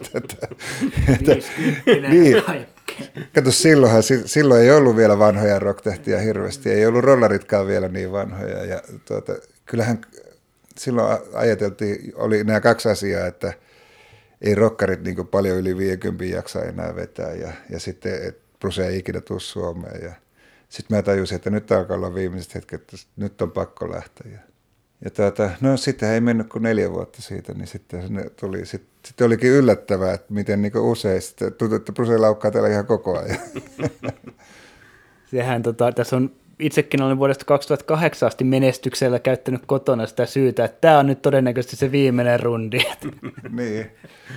Speaker 3: Niin. Kato, silloin ei ollut vielä vanhoja rocktähtiä hirveästi. Ei ollut rollaritkaan vielä niin vanhoja. Ja kyllähän silloin ajateltiin, oli nämä kaksi asiaa, että ei rokkarit niin paljon yli 50 jaksa enää vetää ja sitten Bruce ei ikinä tule Suomeen. Ja sitten mä tajusin, että nyt alkaa olla viimeiset hetket, että nyt on pakko lähteä. No sitten ei mennyt kuin 4 vuotta siitä, niin sitten sitten olikin yllättävää, että miten niin usein tuntui, että Bruce laukkaa täällä ihan koko ajan.
Speaker 4: Sehän tässä on, itsekin olin vuodesta 2008 asti menestyksellä käyttänyt kotona sitä syytä, että tämä on nyt todennäköisesti se viimeinen rundi.
Speaker 3: Niin.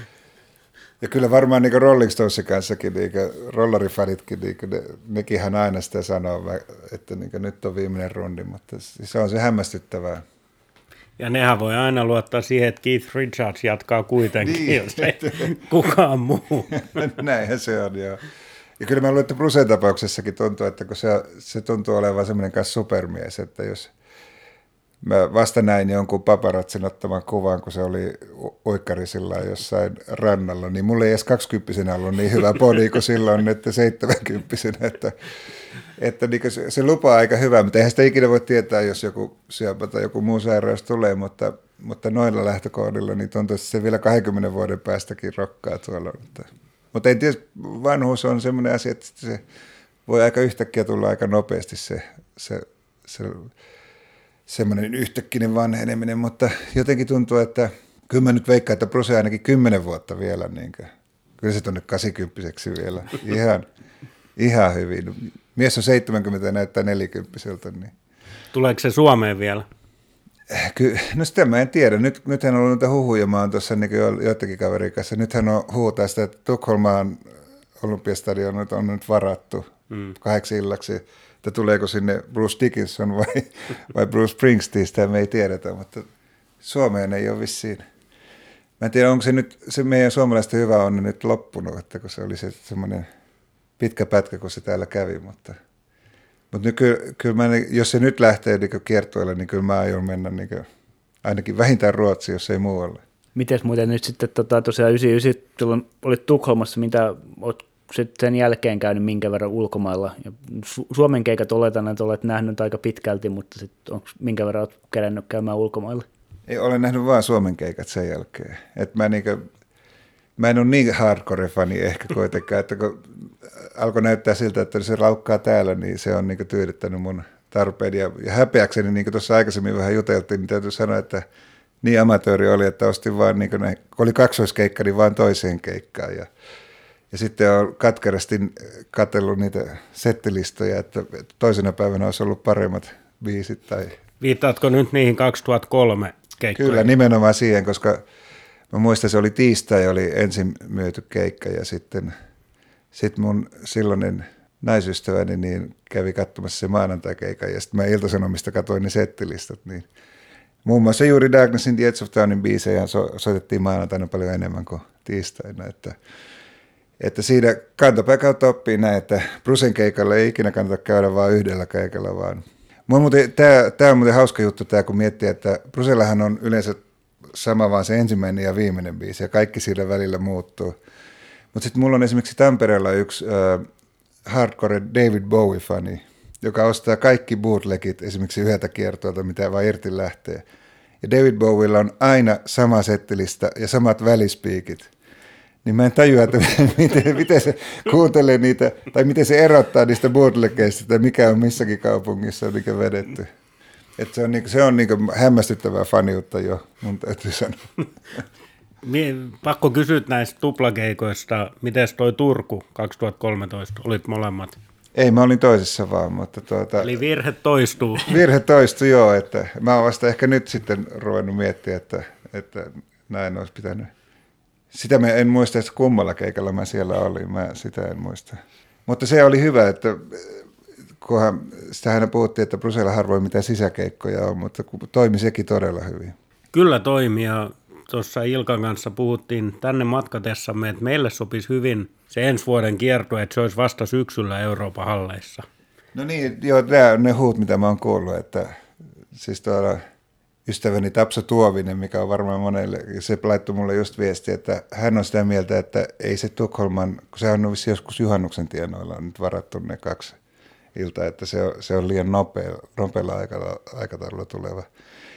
Speaker 3: Ja kyllä varmaan niin Rolling Stonesin kanssakin, niin rollarifanitkin, niin nekinhän aina sitä sanoo, että niin nyt on viimeinen rundi, mutta se on se hämmästyttävää.
Speaker 2: Ja nehän voi aina luottaa siihen, että Keith Richards jatkaa kuitenkin, niin. Jos ei kukaan muu.
Speaker 3: Näinhän se on, joo. Ja kyllä mä luulen, että Brucen tapauksessakin tuntuu, että kun se tuntuu olevan semmoinen kanssa supermies, että jos mä vasta näin jonkun paparazzin ottaman kuvan, kun se oli oikkarisilla jossain rannalla, niin mulla ei edes 20-vuotiaana ollut niin hyvä body kuin silloin, että 70-vuotiaana, että niin se lupaa aika hyvää, mutta eihän sitä ikinä voi tietää, jos joku syöpä tai joku muu sairaus tulee, mutta noilla lähtökohdilla niin tuntuu, että se vielä 20 vuoden päästäkin rokkaa tuolla. Mutta en tiedä, vanhuus on semmoinen asia, että se voi aika yhtäkkiä tulla aika nopeasti se semmoinen yhtäkkinen vanheneminen, mutta jotenkin tuntuu, että kyllä mä nyt veikkaan, että Bruce ainakin 10 vuotta vielä, niin kyllä se tuonne 80-vuotiaaksi vielä, ihan hyvin. Mies on 70 ja näyttää 40-vuotiaalta. Niin.
Speaker 2: Tuleeko se Suomeen vielä?
Speaker 3: No sitä mä en tiedä. Nythän on ollut noita huhuja, mä oon tuossa niin joitakin kaverin kanssa. Nythän on huhutaan sitä, että Tukholmaan Olympiastadion on nyt varattu 8 illaksi. Että tuleeko sinne Bruce Dickinson vai Bruce Springsteen, sitä me ei tiedetä, mutta Suomeen ei ole vissiin. Mä en tiedä, onko se nyt se meidän suomalaisten hyvä onni nyt loppunut, että kun se oli se semmoinen pitkä pätkä, kun se täällä kävi, mutta nyt kyllä mä, jos se nyt lähtee niin kiertueelle, niin kyllä mä aion mennä niin ainakin vähintään Ruotsiin, jos ei muualle.
Speaker 4: Mites muuten nyt sitten tosiaan 99 olit Tukholmassa, mitä olet sen jälkeen käynyt minkä verran ulkomailla? Ja Suomen keikat oletan, että olet nähnyt aika pitkälti, mutta sitten minkä verran olet kerännyt käymään ulkomailla?
Speaker 3: Ei, olen nähnyt vaan Suomen keikat sen jälkeen. Mä en ole niin hardcore-fani ehkä kuitenkaan, että kun alkoi näyttää siltä, että se laukkaa täällä, niin se on niin tyydyttänyt mun tarpeeni. Ja häpeäkseni, niin kuin tuossa aikaisemmin vähän juteltiin, niin täytyy sanoa, että niin amatööri oli, että ostin vaan, niin kun oli kaksoiskeikka, niin vaan toiseen keikkaan. Ja sitten olen katkerasti katsellut niitä settilistoja, että toisena päivänä olisi ollut paremmat biisit.
Speaker 2: Viittaatko nyt niihin 2003 keikkoihin?
Speaker 3: Kyllä, nimenomaan siihen, koska mä muistan, se oli tiistai, oli ensin myyty keikka ja sitten mun silloinen naisystäväni niin kävi katsomassa se maanantai-keikan ja sitten mä Ilta-Sanomista katsoin ne settilistat. Niin muun muassa juuri Darknessin The Edge of Townin biisejä soitettiin maanantaina paljon enemmän kuin tiistaina, että siinä kantapää kautta oppii näin, että Brucen keikalla ei ikinä kannata käydä vaan yhdellä keikalla, vaan tämä on muuten hauska juttu, tämä, kun miettii, että Brucellähän on yleensä sama vaan se ensimmäinen ja viimeinen biisi, ja kaikki sillä välillä muuttuu. Mutta sitten mulla on esimerkiksi Tampereella yksi hardcore David Bowie-fani, joka ostaa kaikki bootlegit esimerkiksi yhdeltä kiertoilta, mitä vaan irti lähtee. Ja David Bowiella on aina sama settilista ja samat välispiikit. Niin mä en tajua, että miten se kuuntelee niitä, tai miten se erottaa niistä bootlegeista, tai mikä on missäkin kaupungissa on vedetty. Että se on hämmästyttävää faniutta jo, mun täytyy sanoa.
Speaker 2: Pakko kysyä näistä tuplakeikoista. Miten toi Turku 2013? Olit molemmat?
Speaker 3: Ei, mä olin toisessa vaan, mutta
Speaker 2: Eli virhe toistuu.
Speaker 3: Virhe toistui, joo, että mä oon vasta ehkä nyt sitten ruvennut miettiä, että näin olisi pitänyt. Sitä mä en muista, että kummalla keikalla mä siellä olin, sitä en muista. Mutta se oli hyvä, että kunhan sitähän puhuttiin, että Brucella harvoin mitään sisäkeikkoja on, mutta toimi sekin todella hyvin.
Speaker 2: Kyllä toimi, ja tuossa Ilkan kanssa puhuttiin tänne matkatessamme, että meille sopisi hyvin se ensi vuoden kiertue, että se olisi vasta syksyllä Euroopan halleissa.
Speaker 3: No niin, joo, nämä on ne huut, mitä mä oon kuullut, että siis tuolla ystäväni Tapsa Tuovinen, mikä on varmaan monelle, se laittoi mulle just viestiä, että hän on sitä mieltä, että ei se Tukholman, kun sehän on joskus juhannuksen tienoilla on nyt varattu ne 2 iltaa, että se on liian nopealla aikataululla tuleva.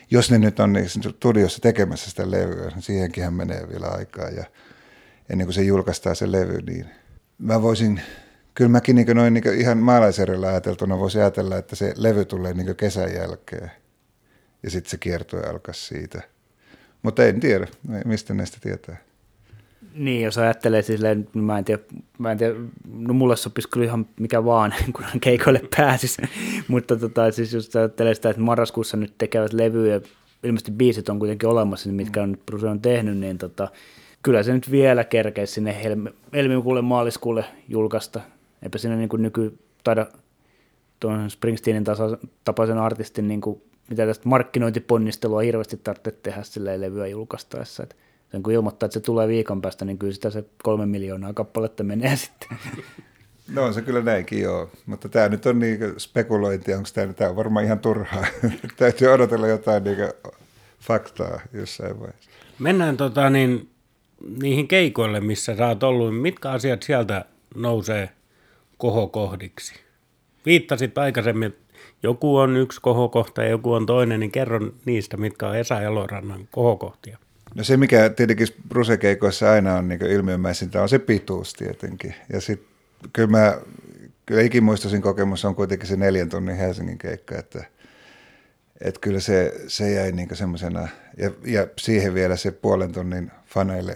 Speaker 3: jos ne nyt on niin studiossa tekemässä sitä levyä, niin siihenkinhän menee vielä aikaa ja ennen kuin se julkaistaan se levy, niin mä voisin, kyllä mäkin niin noin niin ihan maalaisjärjellä ajateltuna voisin ajatella, että se levy tulee niin kesän jälkeen ja sitten se kiertue alkaisi siitä. Mutta en tiedä, mistä näistä tietää.
Speaker 4: Niin, jos ajattelee silleen, mä en tiedä, no mulle sopisi kyllä ihan mikä vaan, kun keikoille pääsisi, mutta siis jos ajattelee sitä, että marraskuussa nyt tekevät levyjä, ilmeisesti biisit on kuitenkin olemassa, mitkä on Bruce on tehnyt, niin kyllä se nyt vielä kerkeisi sinne helmikuulle, maaliskuulle julkaista. Eipä siinä niin taida tuon Springsteenin tapaisen artistin, niin kuin, mitä tästä markkinointiponnistelua hirveästi tarvitse tehdä silleen levyä julkaistaessa. Et sen kun ilmoittaa, että se tulee viikon päästä, niin kyllä sitä se 3 miljoonaa kappaletta menee sitten.
Speaker 3: No on se kyllä näinkin joo, mutta tämä nyt on niin spekulointia, onko tämä on varmaan ihan turhaa. Täytyy odotella jotain niin faktaa jossain vaiheessa.
Speaker 2: Mennään niihin keikoille, missä sä oot ollut. Mitkä asiat sieltä nousee kohokohdiksi? Viittasit aikaisemmin, että joku on yksi kohokohta ja joku on toinen, niin kerron niistä, mitkä on Esa Elorannan kohokohtia.
Speaker 3: No se, mikä tietenkin Bruce-keikoissa aina on niin ilmiömäisintä, on se pituus tietenkin. Ja sitten kyllä ikimuistoisin kokemus on kuitenkin se 4 tunnin Helsingin keikka, että kyllä se jäi niin semmoisena, ja siihen vielä se 0,5 tunnin faneille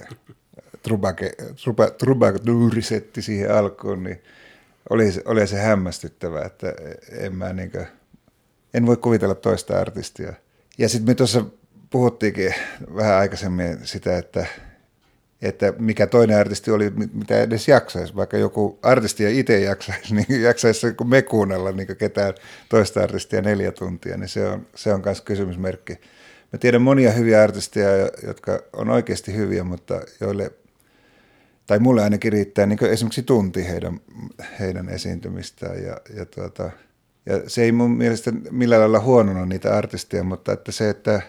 Speaker 3: trubaduurisetti siihen alkuun, niin oli se hämmästyttävä, että en voi kuvitella toista artistia. Ja sitten me tuossa puhuttiinkin vähän aikaisemmin sitä, että mikä toinen artisti oli, mitä edes jaksaisi. Vaikka joku artisti ei itse jaksaisi, niin jaksaisi kun me kuunnella niin ketään toista artistia 4 tuntia, niin se on myös kysymysmerkki. Mä tiedän monia hyviä artisteja, jotka on oikeasti hyviä, mutta joille, tai mulle ainakin riittää niin esimerkiksi tunti heidän esiintymistään. Ja se ei mun mielestä millään lailla huonona niitä artisteja, mutta että se,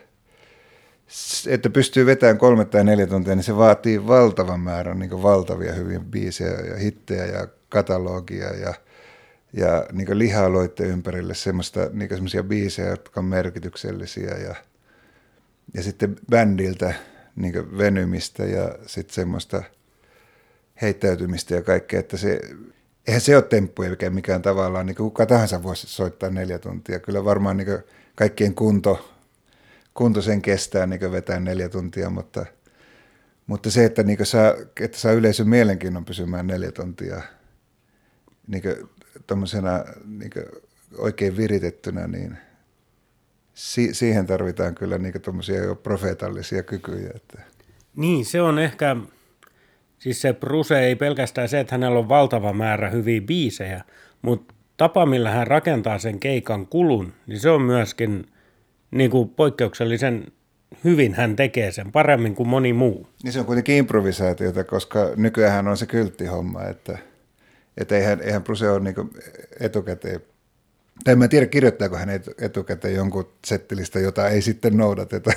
Speaker 3: että pystyy vetämään 3 tai 4 tuntia, niin se vaatii valtavan määrän niin valtavia hyviä biisejä ja hittejä ja katalogia ja niin lihaa loitte ympärille semmoisia biisejä, jotka on merkityksellisiä ja sitten bändiltä niin venymistä ja sitten semmoista heittäytymistä ja kaikkea, että eihän se ole temppu eikä mikään tavallaan, niin kuka tahansa voisi soittaa 4 tuntia. Kyllä varmaan niin kaikkien kunto sen kestää niin vetää 4 tuntia, mutta se, että, niin että saa yleisön mielenkiinnon pysymään 4 tuntia niin tommosena niin oikein viritettynä, niin siihen tarvitaan kyllä niin tommosia jo profeetallisia kykyjä. Että.
Speaker 2: Niin, se on ehkä, siis se Bruce ei pelkästään se, että hänellä on valtava määrä hyviä biisejä, mutta tapa, millä hän rakentaa sen keikan kulun, niin se on myöskin niin kuin poikkeuksellisen hyvin hän tekee sen, paremmin kuin moni muu.
Speaker 3: Niin se on kuitenkin improvisaatiota, koska nykyään on se kylttihomma, että eihän Bruce ole niin etukäteen, tai en tiedä kirjoittaako hän etukäteen jonkun settilistä, jota ei sitten noudateta,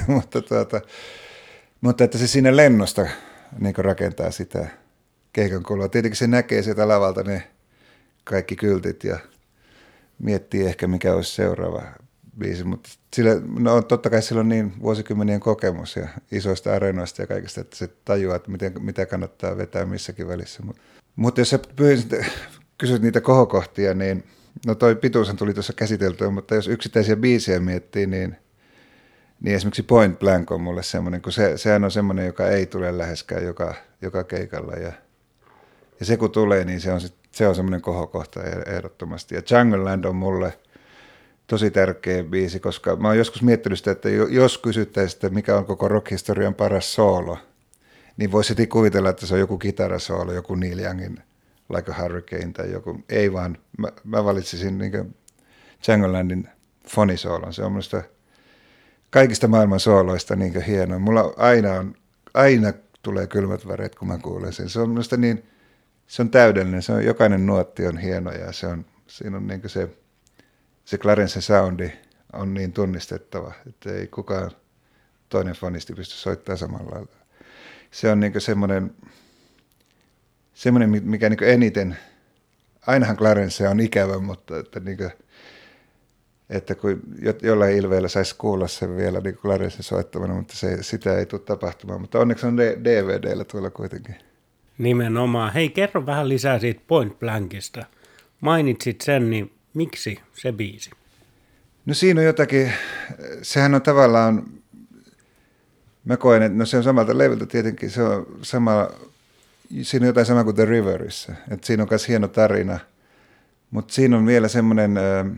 Speaker 3: mutta että se siinä lennosta niin rakentaa sitä keikan kulua. Tietenkin se näkee sieltä lavalta ne kaikki kyltit ja miettii ehkä mikä olisi seuraava biisi, mutta totta kai sillä on niin vuosikymmenien kokemus ja isoista areenoista ja kaikista, että se tajuaa, että mitä kannattaa vetää missäkin välissä. Mutta jos sä kysyt niitä kohokohtia, niin no toi pituushan tuli tuossa käsiteltyä, mutta jos yksittäisiä biisejä miettii, niin esimerkiksi Point Blank on mulle semmoinen, kun sehän on semmoinen, joka ei tule läheskään joka keikalla ja se kun tulee, niin se on semmoinen kohokohta ehdottomasti. Ja Jungle Land on mulle tosi tärkeä biisi, koska mä oon joskus miettinyt sitä, että jos kysyttäisiin, että mikä on koko rock-historian paras soolo, niin voisi heti kuvitella, että se on joku kitarasoolo, joku Neil Youngin Like a Hurricane tai joku. Ei vaan, mä valitsisin niin Jungle Landin fonisoolon. Se on minusta kaikista maailman sooloista niin hieno. Mulla aina tulee kylmät väreet, kun mä kuulen sen. Se on minusta niin, se on täydellinen. Jokainen nuotti on hieno ja siinä on niin se Clarence soundi on niin tunnistettava, että ei kukaan toinen fanisti pysty soittamaan samalla lailla. Se on niin semmoinen, mikä niin eniten, ainahan Clarence on ikävä, mutta että niin että kun jollain ilveellä saisi kuulla sen vielä niin Clarencen soittamana, mutta sitä ei tule tapahtumaan. Mutta onneksi on DVDllä tuolla kuitenkin.
Speaker 2: Nimenomaan. Hei, kerro vähän lisää siitä Point Blankista. Mainitsit sen, niin miksi se biisi?
Speaker 3: No siinä on jotakin, sehän on tavallaan, mä koen, että no se on samalta levyltä tietenkin, se on sama, siinä on jotain samaa kuin The Riverissa, että siinä on myös hieno tarina, mutta siinä on vielä semmoinen,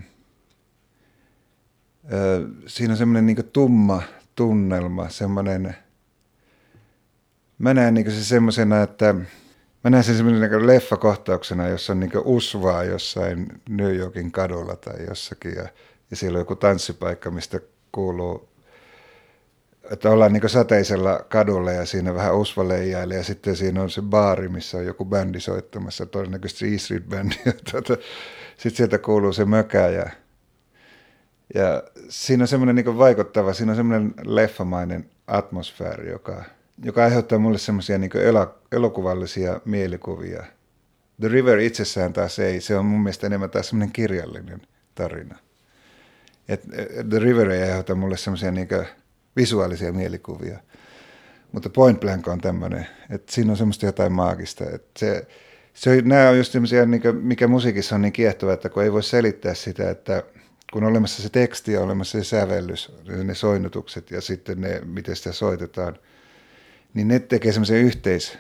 Speaker 3: siinä on semmoinen niin kuin tumma tunnelma, semmoinen, mä näen niin kuin se semmoisena, että mä näen sen semmoinen niin leffakohtauksena, jossa on niin kuin usvaa jossain New Yorkin kadulla tai jossakin ja siellä on joku tanssipaikka, mistä kuuluu, että ollaan niin kuin sateisella kadulla ja siinä vähän usva leijailee ja sitten siinä on se baari, missä on joku bändi soittamassa, todennäköisesti E Street Band. Sitten sieltä kuuluu se mökä ja siinä on semmoinen niin kuin vaikuttava, siinä on semmoinen leffamainen atmosfääri, joka aiheuttaa mulle semmoisia niin kuin elokuvallisia mielikuvia. The River itsessään taas ei, se on mun mielestä enemmän taas semmoinen kirjallinen tarina. The River ei aiheuta mulle semmoisia niin kuin visuaalisia mielikuvia, mutta Point Blank on tämmöinen, että siinä on semmoista jotain maagista. Että nämä on just semmoisia, niin kuin, mikä musiikissa on niin kiehtova, että kun ei voi selittää sitä, että kun on olemassa se teksti ja olemassa se sävellys, ne soinnutukset ja sitten ne, miten sitä soitetaan, niin ne tekee semmoisen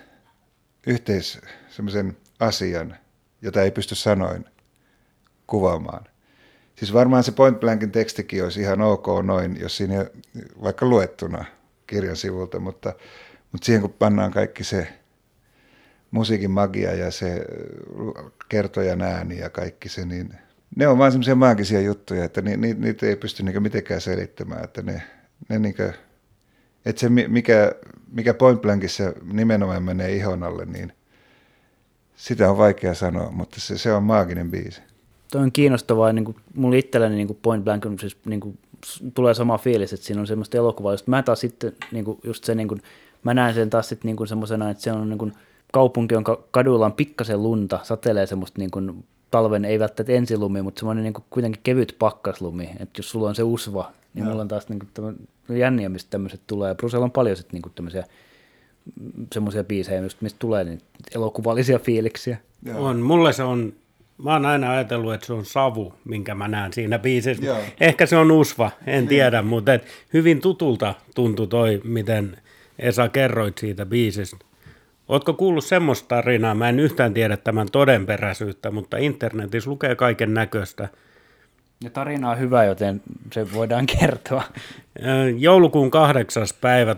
Speaker 3: semmoisen asian, jota ei pysty sanoin kuvaamaan. Siis varmaan se Point Blankin tekstikin olisi ihan ok noin, jos siinä vaikka luettuna kirjan sivulta, mutta siihen kun pannaan kaikki se musiikin magia ja se kertojan ääni ja kaikki se, niin ne on vaan semmoisia maagisia juttuja, että niitä ei pysty niinku mitenkään selittämään, että ne niinku, että se mikä Point Blankissa nimenomaan menee ihon alle, niin sitä on vaikea sanoa, mutta se on maaginen biisi.
Speaker 4: Toi on kiinnostavaa, niin kuin mulla itselläni niin kuin Point Blank on siis, niin kuin, tulee sama fiilis, että siinä on semmoista elokuvaa, josta mä taas sitten niin kuin, just se, niin kuin, mä näen sen taas sitten niin kuin semmoisena, että se on niin kuin, kaupunki, jonka kaduilla on pikkasen lunta, satelee semmoista niin kuin, talven, ei välttämättä ensilumi, mutta semmoinen niin kuin, kuitenkin kevyt pakkaslumi, että jos sulla on se usva, niin mulla on taas niin kuin, jänniä, mistä tämmöiset tulee. Brusella on paljon sitten niin kuin, tämmöisiä semmoisia biisejä, mistä tulee niin elokuvallisia fiiliksiä.
Speaker 2: On, mulle se on, mä oon aina ajatellut, että se on savu, minkä mä näen siinä biisissä. Joo. Ehkä se on usva, en tiedä, mutta hyvin tutulta tuntui toi, miten Esa kerroit siitä biisistä. Ootko kuullut semmoista tarinaa? Mä en yhtään tiedä tämän todenperäisyyttä, mutta internetissä lukee kaiken näköistä.
Speaker 4: Ja tarina on hyvä, joten se voidaan kertoa.
Speaker 2: Joulukuun 8. päivä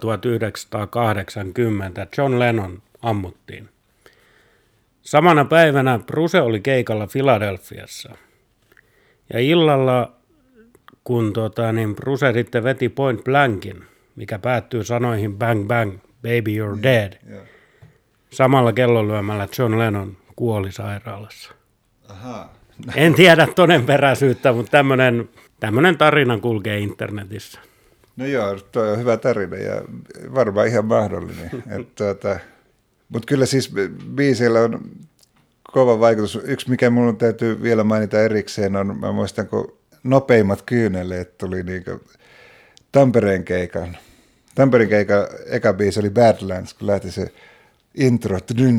Speaker 2: 1980 John Lennon ammuttiin. Samana päivänä Bruce oli keikalla Philadelphiassa. Ja illalla, kun Bruce sitten veti Point Blankin, mikä päättyy sanoihin bang bang, baby you're dead. Samalla kellonlyömällä John Lennon kuoli sairaalassa.
Speaker 3: Aha.
Speaker 2: En tiedä todenperäisyyttä, mutta tämmöinen tarina kulkee internetissä.
Speaker 3: No joo, toi on hyvä tarina ja varmaan ihan mahdollinen. Mutta kyllä siis biiseillä on kova vaikutus. Yksi, mikä minun täytyy vielä mainita erikseen, on, mä muistan, kun Nopeimmat kyyneleet tuli niinku Tampereen keikan. Tampereen keikan eka biisi oli Badlands, kun lähti se intro,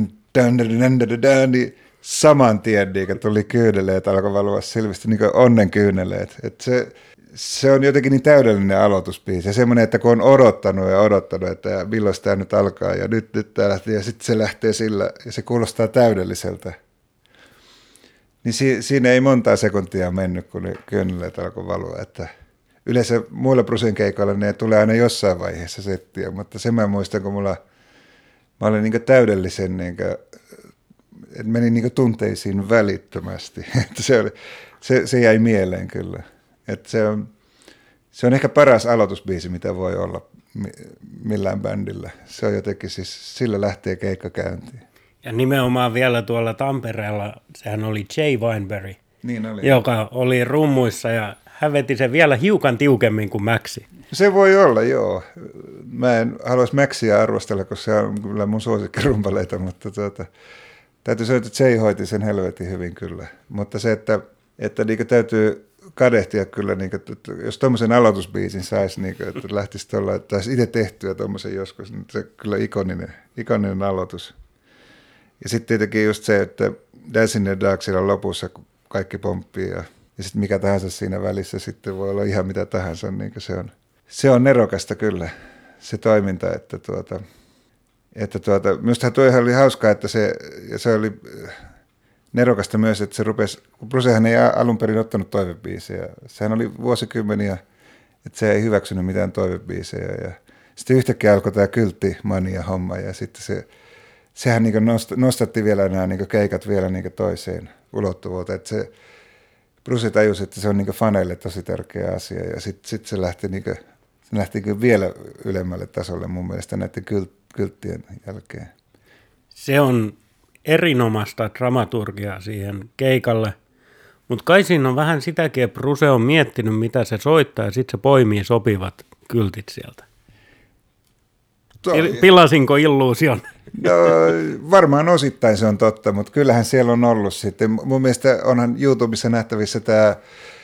Speaker 3: niin saman tien niin tuli kyyneleet, alkoi valua silmistä niin onnen kyyneleet. Se on jotenkin niin täydellinen aloitusbiisi. Ja semmoinen, että kun on odottanut, että milloin tämä nyt alkaa ja nyt tämä lähtee ja sitten se lähtee sillä ja se kuulostaa täydelliseltä. Niin siinä ei montaa sekuntia mennyt, kun ne kyyneleet alkoi valua. Että yleensä muilla Brucen keikoilla ne tulee aina jossain vaiheessa settiä, mutta sen mä muistan, kun mä olin niin täydellisen, että menin niin tunteisiin välittömästi. Että se jäi mieleen kyllä. Että se on ehkä paras aloitusbiisi, mitä voi olla millään bändillä. Se on jotenkin siis, sillä lähtee keikka käyntiin.
Speaker 2: Ja nimenomaan vielä tuolla Tampereella, sehän oli Jay Weinberg,
Speaker 3: niin oli,
Speaker 2: joka oli rummuissa ja hän veti sen vielä hiukan tiukemmin kuin Maxi.
Speaker 3: Se voi olla, joo. Mä en haluaisi Maxia arvostella, koska se on kyllä mun suosikkirumpaleita, mutta täytyy sanoa, että Jay hoiti sen helvetin hyvin kyllä. Mutta se, että niin täytyy kadehtia kyllä, niin kuin, että jos tuommoisen aloitusbiisin saisi, niin kuin, että lähtisi tuolla, että olisi itse tehtyä tuommoisen joskus, niin se kyllä ikoninen aloitus. Ja sitten tietenkin just se, että Dancing in the Dark siellä lopussa, kun kaikki pomppii ja sitten mikä tahansa siinä välissä sitten voi olla ihan mitä tahansa, niin se on nerokasta kyllä, se toiminta, että minustahan tuo oli hauskaa, että se oli nerokasta myös, että se rupesi, kun Brucehan ei alun perin ottanut toivebiisejä, sehän oli vuosikymmeniä, että se ei hyväksynyt mitään toivebiisejä ja sitten yhtäkkiä alkoi tämä kylttimania homma ja sitten sehän niin nostatti vielä nämä niin keikat vielä niin toiseen ulottuvuuteen, että se Bruce tajusi, että se on niin faneille tosi tärkeä asia ja sitten se lähti vielä ylemmälle tasolle mun mielestä näiden kylttien jälkeen.
Speaker 2: Se on erinomaista dramaturgiaa siihen keikalle, mutta kai siinä on vähän sitäkin, että Bruce on miettinyt, mitä se soittaa, ja sitten se poimii sopivat kyltit sieltä. Pilasinko illuusion?
Speaker 3: No, varmaan osittain se on totta, mutta kyllähän siellä on ollut sitten. Mun mielestä onhan YouTubessa nähtävissä tämä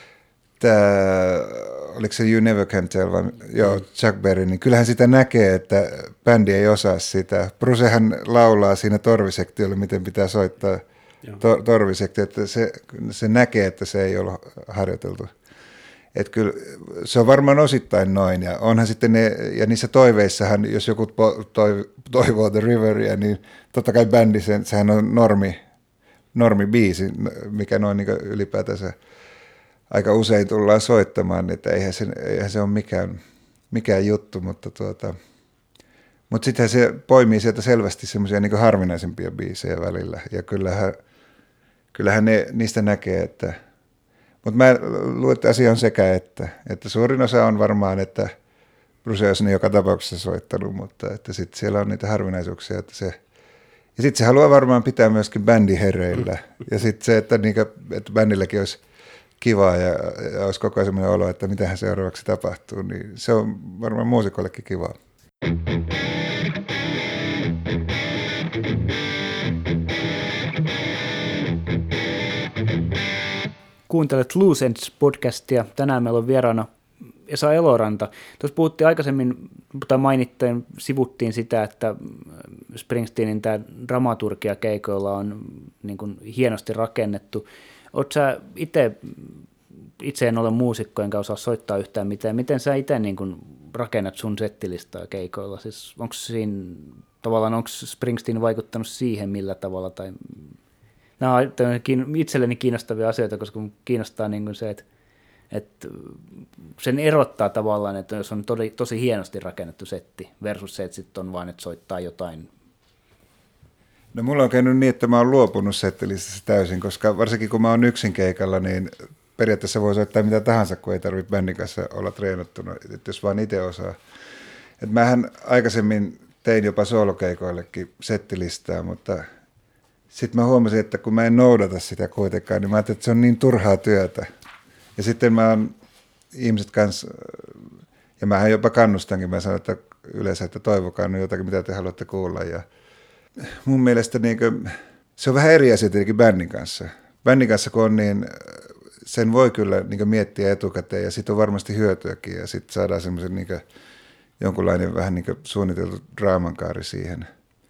Speaker 3: oliko se You Never Can Tell, vai Chuck Berry, niin kyllähän sitä näkee, että bändi ei osaa sitä. Brucehän laulaa siinä torvisektiolla, miten pitää soittaa torvisektio, että se näkee, että se ei ole harjoiteltu. Että kyllä se on varmaan osittain noin, ja onhan sitten ja niissä toiveissahan, jos joku toivoo The Riveria, niin totta kai bändi, sehän on normibiisi, mikä noin niin ylipäätänsä aika usein tullaan soittamaan, että eihän se ole mikään juttu, mutta sittenhän se poimii sieltä selvästi semmoisia niin harvinaisempia biisejä välillä, ja kyllähän niistä näkee, että mutta mä luulen, että asia on sekä, että suurin osa on varmaan, että Bruce on sinne joka tapauksessa soittanut, mutta että sitten siellä on niitä harvinaisuuksia, ja sitten se haluaa varmaan pitää myöskin bändi hereillä, ja sitten se, että bändilläkin olisi kivaa ja olisi koko ajan sellainen olo, että mitähän seuraavaksi tapahtuu, niin se on varmaan muusikollekin kivaa.
Speaker 4: Kuuntelet Loose Ends-podcastia. Tänään meillä on vieraana Esa Eloranta. Tuossa puhuttiin aikaisemmin, tai sivuttiin sitä, että Springsteenin tämä dramaturgia keikoilla on niin kuin hienosti rakennetto. Oletko sä itse en ole muusikko, enkä osaa soittaa yhtään mitään. Miten sä itse niin kuin rakennat sun settilistaa keikoilla? Siis onko Springsteen vaikuttanut siihen millä tavalla? Tai nämä ovat itselleni kiinnostavia asioita, koska kiinnostaa niin kuin se, että sen erottaa tavallaan, että jos on tosi hienosti rakennettu setti versus se, että sitten on vain, että soittaa jotain.
Speaker 3: No mulla on käynyt niin, että mä oon luopunut settilistassa täysin, koska varsinkin kun mä oon yksin keikalla, niin periaatteessa voi soittaa mitä tahansa, kun ei tarvitse bändin kanssa olla treenattuna, että jos vaan itse osaa. Et mähän aikaisemmin tein jopa soolokeikoillekin settilistaa, mutta sitten mä huomasin, että kun mä en noudata sitä kuitenkaan, niin mä ajattelin, että se on niin turhaa työtä. Ja sitten mä oon ihmiset kanssa, ja mähän jopa kannustankin, mä sanon, että yleensä, että toivokaa nyt jotakin, mitä te haluatte kuulla. Ja mun mielestä niin kuin, se on vähän eri asia tietenkin bändin kanssa. Bändin kanssa kun on, niin sen voi kyllä niin kuin miettiä etukäteen, ja siitä on varmasti hyötyäkin, ja sitten saadaan semmoisen niin kuin jonkunlainen vähän niin kuin suunniteltu draamankaari siihen.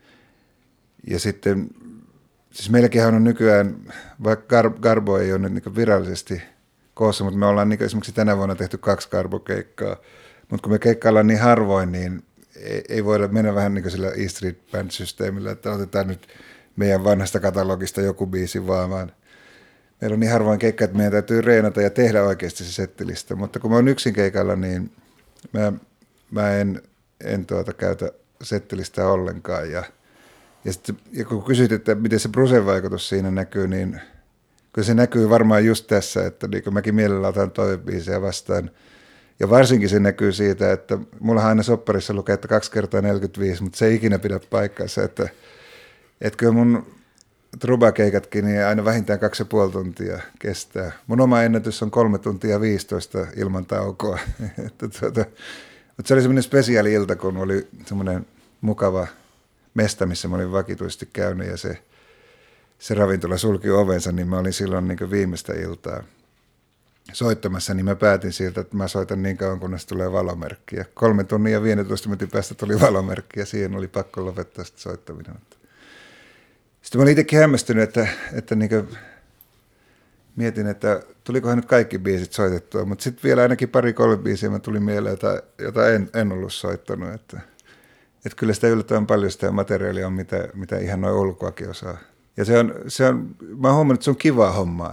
Speaker 3: Ja sitten siis meilläkinhän on nykyään, vaikka Garbo ei ole nyt niin virallisesti koossa, mutta me ollaan niin esimerkiksi tänä vuonna tehty 2 Garbo-keikkaa, mutta kun me keikkaillaan niin harvoin, niin ei voida mennä vähän niin kuin sillä E Street Band-systeemillä, että otetaan nyt meidän vanhasta katalogista joku biisi vaan meillä on niin harvoin keikkaa, että meidän täytyy reenata ja tehdä oikeasti se settilista, mutta kun mä oon yksin keikalla, niin mä en käytä settilistaa ollenkaan, ja kun kysyt, että miten se Brucen vaikutus siinä näkyy, niin kyllä se näkyy varmaan just tässä, että niin mäkin mielellä otan toivebiisejä vastaan. Ja varsinkin se näkyy siitä, että mullahan aina sopparissa lukee, että 2 × 45, mutta se ei ikinä pidä paikkaansa. Että kyllä mun trubakeikatkin niin aina vähintään 2,5 tuntia kestää. Mun oma ennätys on 3 tuntia 15 ilman taukoa. Mutta se oli semmoinen spesiaali ilta, kun oli semmoinen mukava mesta, missä mä olin vakituisesti käynyt, ja se ravintola sulki ovensa, niin mä olin silloin niin viimeistä iltaa. soittamassa, niin mä päätin siltä, että mä soitan niin kauan, kunnes tulee valomerkki. Ja 3 tunnin ja 15 minuutin päästä tuli valomerkki ja siihen oli pakko lopettaa sitä soittaminen. Sitten mä olin itsekin hämmästynyt, että niin kuin mietin, että tulikohan nyt kaikki biisit soitettua, mutta sitten vielä ainakin 2-3 biisiä mä tuli mieleen, jota en ollut soittanut. Että kyllä sitä yllättävän paljon sitä materiaalia on, mitä ihan noin ulkoakin osaa. Ja mä oon huomannut, että se on kivaa hommaa,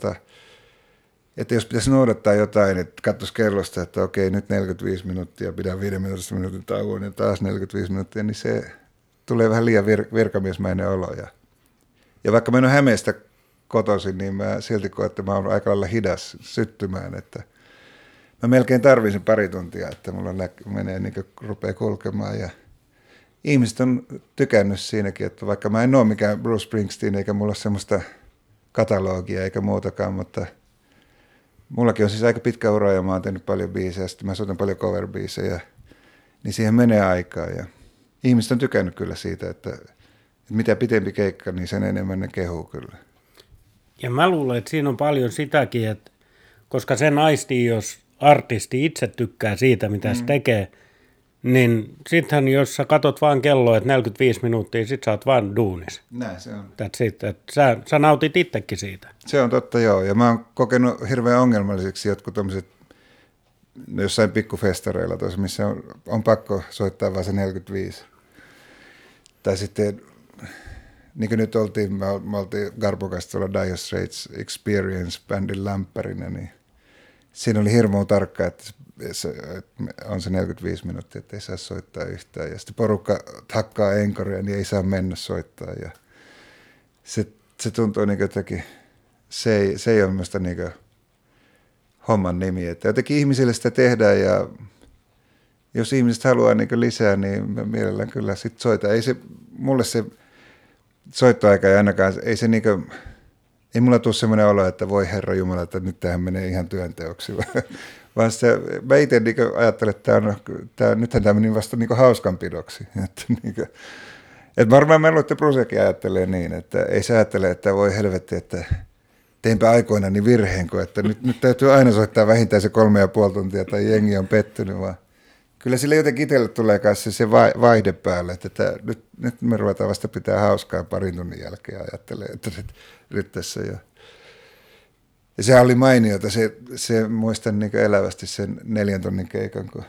Speaker 3: että jos pitäisi noudattaa jotain, että katsoisi kellosta, että okei, nyt 45 minuuttia, pidän 5 minuutin tauon ja taas 45 minuuttia, niin se tulee vähän liian virkamiesmäinen olo. Ja vaikka mä en ole Hämeestä kotoisin, niin mä silti koen, että mä oon aika lailla hidas syttymään, että mä melkein tarvitsen 2 tuntia, että mulla menee niin kuin rupeaa kulkemaan ja ihmiset on tykännyt siinäkin, että vaikka mä en ole mikään Bruce Springsteen eikä mulla ole semmoista katalogia eikä muutakaan, mutta mullakin on siis aika pitkä ura ja mä oon tehnyt paljon biisejä, sitten mä soitan paljon cover-biisejä, niin siihen menee aikaa ja ihmiset on tykännyt kyllä siitä, että mitä pitempi keikka, niin sen enemmän ne kehuu kyllä.
Speaker 2: Ja mä luulen, että siinä on paljon sitäkin, että koska sen aistii, jos artisti itse tykkää siitä, mitä se tekee, niin sittenhän jos sä katot vaan kelloa, että 45 minuuttia, sit sä oot vaan duunis.
Speaker 3: Näin se on.
Speaker 2: Sä nautit itsekin siitä.
Speaker 3: Se on totta, joo. Ja mä oon kokenut hirveän ongelmallisiksi jotkut tommoset jossain pikkufestareilla tuossa, missä on pakko soittaa vaan se 45. Tai sitten, niin kuin nyt me oltiin Garbokasta tuolla Dire Straits Experience-bändin lämpärinä, niin siinä oli hirveän tarkka, että on se 45 minuuttia, että ei saa soittaa yhtään. Ja sitten porukka hakkaa enkoria, niin ei saa mennä soittaa. Ja se tuntuu niin jotenkin, se ei ole minusta niin homman nimi. Että jotenkin ihmisille sitä tehdään ja jos ihmiset haluaa niin lisää, niin mä mielellään kyllä sit soita. Ei se, mulle se soittoaika ei ainakaan, ei se niin kuin, ei mulla tule semmoinen olo, että voi herra jumala, että nyt tämähän menee ihan työnteoksi. Vaan mä itse niin ajattelen, että nythän tämä meni vasta niin hauskanpidoksi. Että varmaan mä luulen, että Brucekin ajattelee niin, että ei se ajattele, että voi helvetti, että teinpä aikoinani virheen, että nyt täytyy aina soittaa vähintään se 3,5 tuntia tai jengi on pettynyt, vaan kyllä sille jotenkin itselle tulee kanssa se vaihde päälle, että nyt me ruvetaan vasta pitää hauskaa 2 tunnin jälkeen ja ajattelee, että nyt tässä jo. Ja sehän oli mainiota, se muistan niin elävästi sen 4 tunnin keikan, kun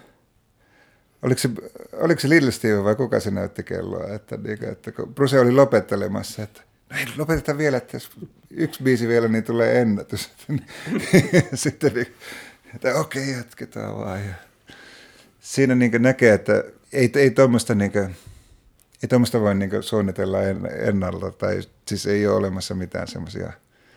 Speaker 3: oliko se Little Steven vai kuka se näytti kelloa, että kun Bruce oli lopettelemassa, että no ei lopeteta vielä, että jos 1 biisi vielä, niin tulee ennätys. Sitten että okei, jatketaan vaan. Ja siinä niin näkee, että ei tuommoista voi niin suunnitella ennalta, tai siis ei ole olemassa mitään semmoisia.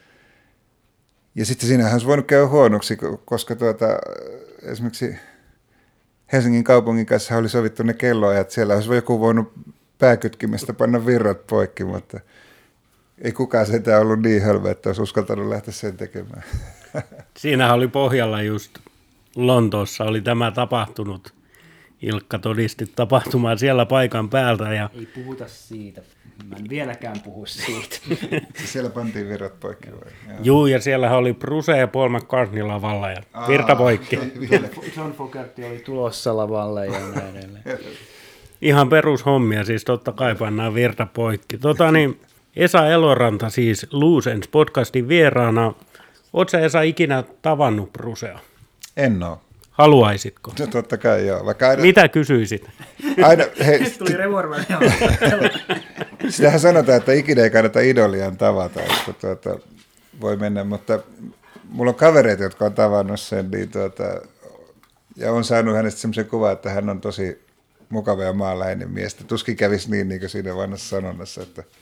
Speaker 3: Ja sitten siinähän olisi voinut käydä huonoksi, koska esimerkiksi Helsingin kaupungin kanssa oli sovittu ne kelloajat. Siellä olisi joku voinut pääkytkimestä panna virrat poikki, mutta ei kukaan sitä ollut niin hölmö, että olisi uskaltanut lähteä sen tekemään.
Speaker 2: Siinähän oli pohjalla just Lontoossa oli tämä tapahtunut. Ilkka todisti tapahtumaa siellä paikan päältä. Ja
Speaker 4: ei puhuta siitä. Mä en vieläkään puhu siitä.
Speaker 3: Siellä pantiin virrat poikki vai?
Speaker 2: Juu, ja siellähän oli Bruce ja Paul McCartney lavalla ja virta poikki.
Speaker 4: John Fogerty oli tulossa lavalle ja näin edelleen.
Speaker 2: Ihan perushommia, siis totta kai pannaan virta poikki. Esa Eloranta siis Loose Ends podcastin vieraana. Ootko sä, Esa, ikinä tavannut Brucea?
Speaker 3: En ole.
Speaker 2: Haluaisitko?
Speaker 3: No, totta kai joo.
Speaker 2: Mitä kysyisit?
Speaker 4: Tuli revolveri.
Speaker 3: Sitähän sanotaan, että ikinä ei kannata idoliaan tavata, että voi mennä, mutta mulla on kavereita, jotka on tavannut sen, niin ja on saanut hänestä semmoisen kuvan, että hän on tosi mukava ja maanläheinen mies. Tuskin kävisi niin kuin siinä vanhassa sanonnassa,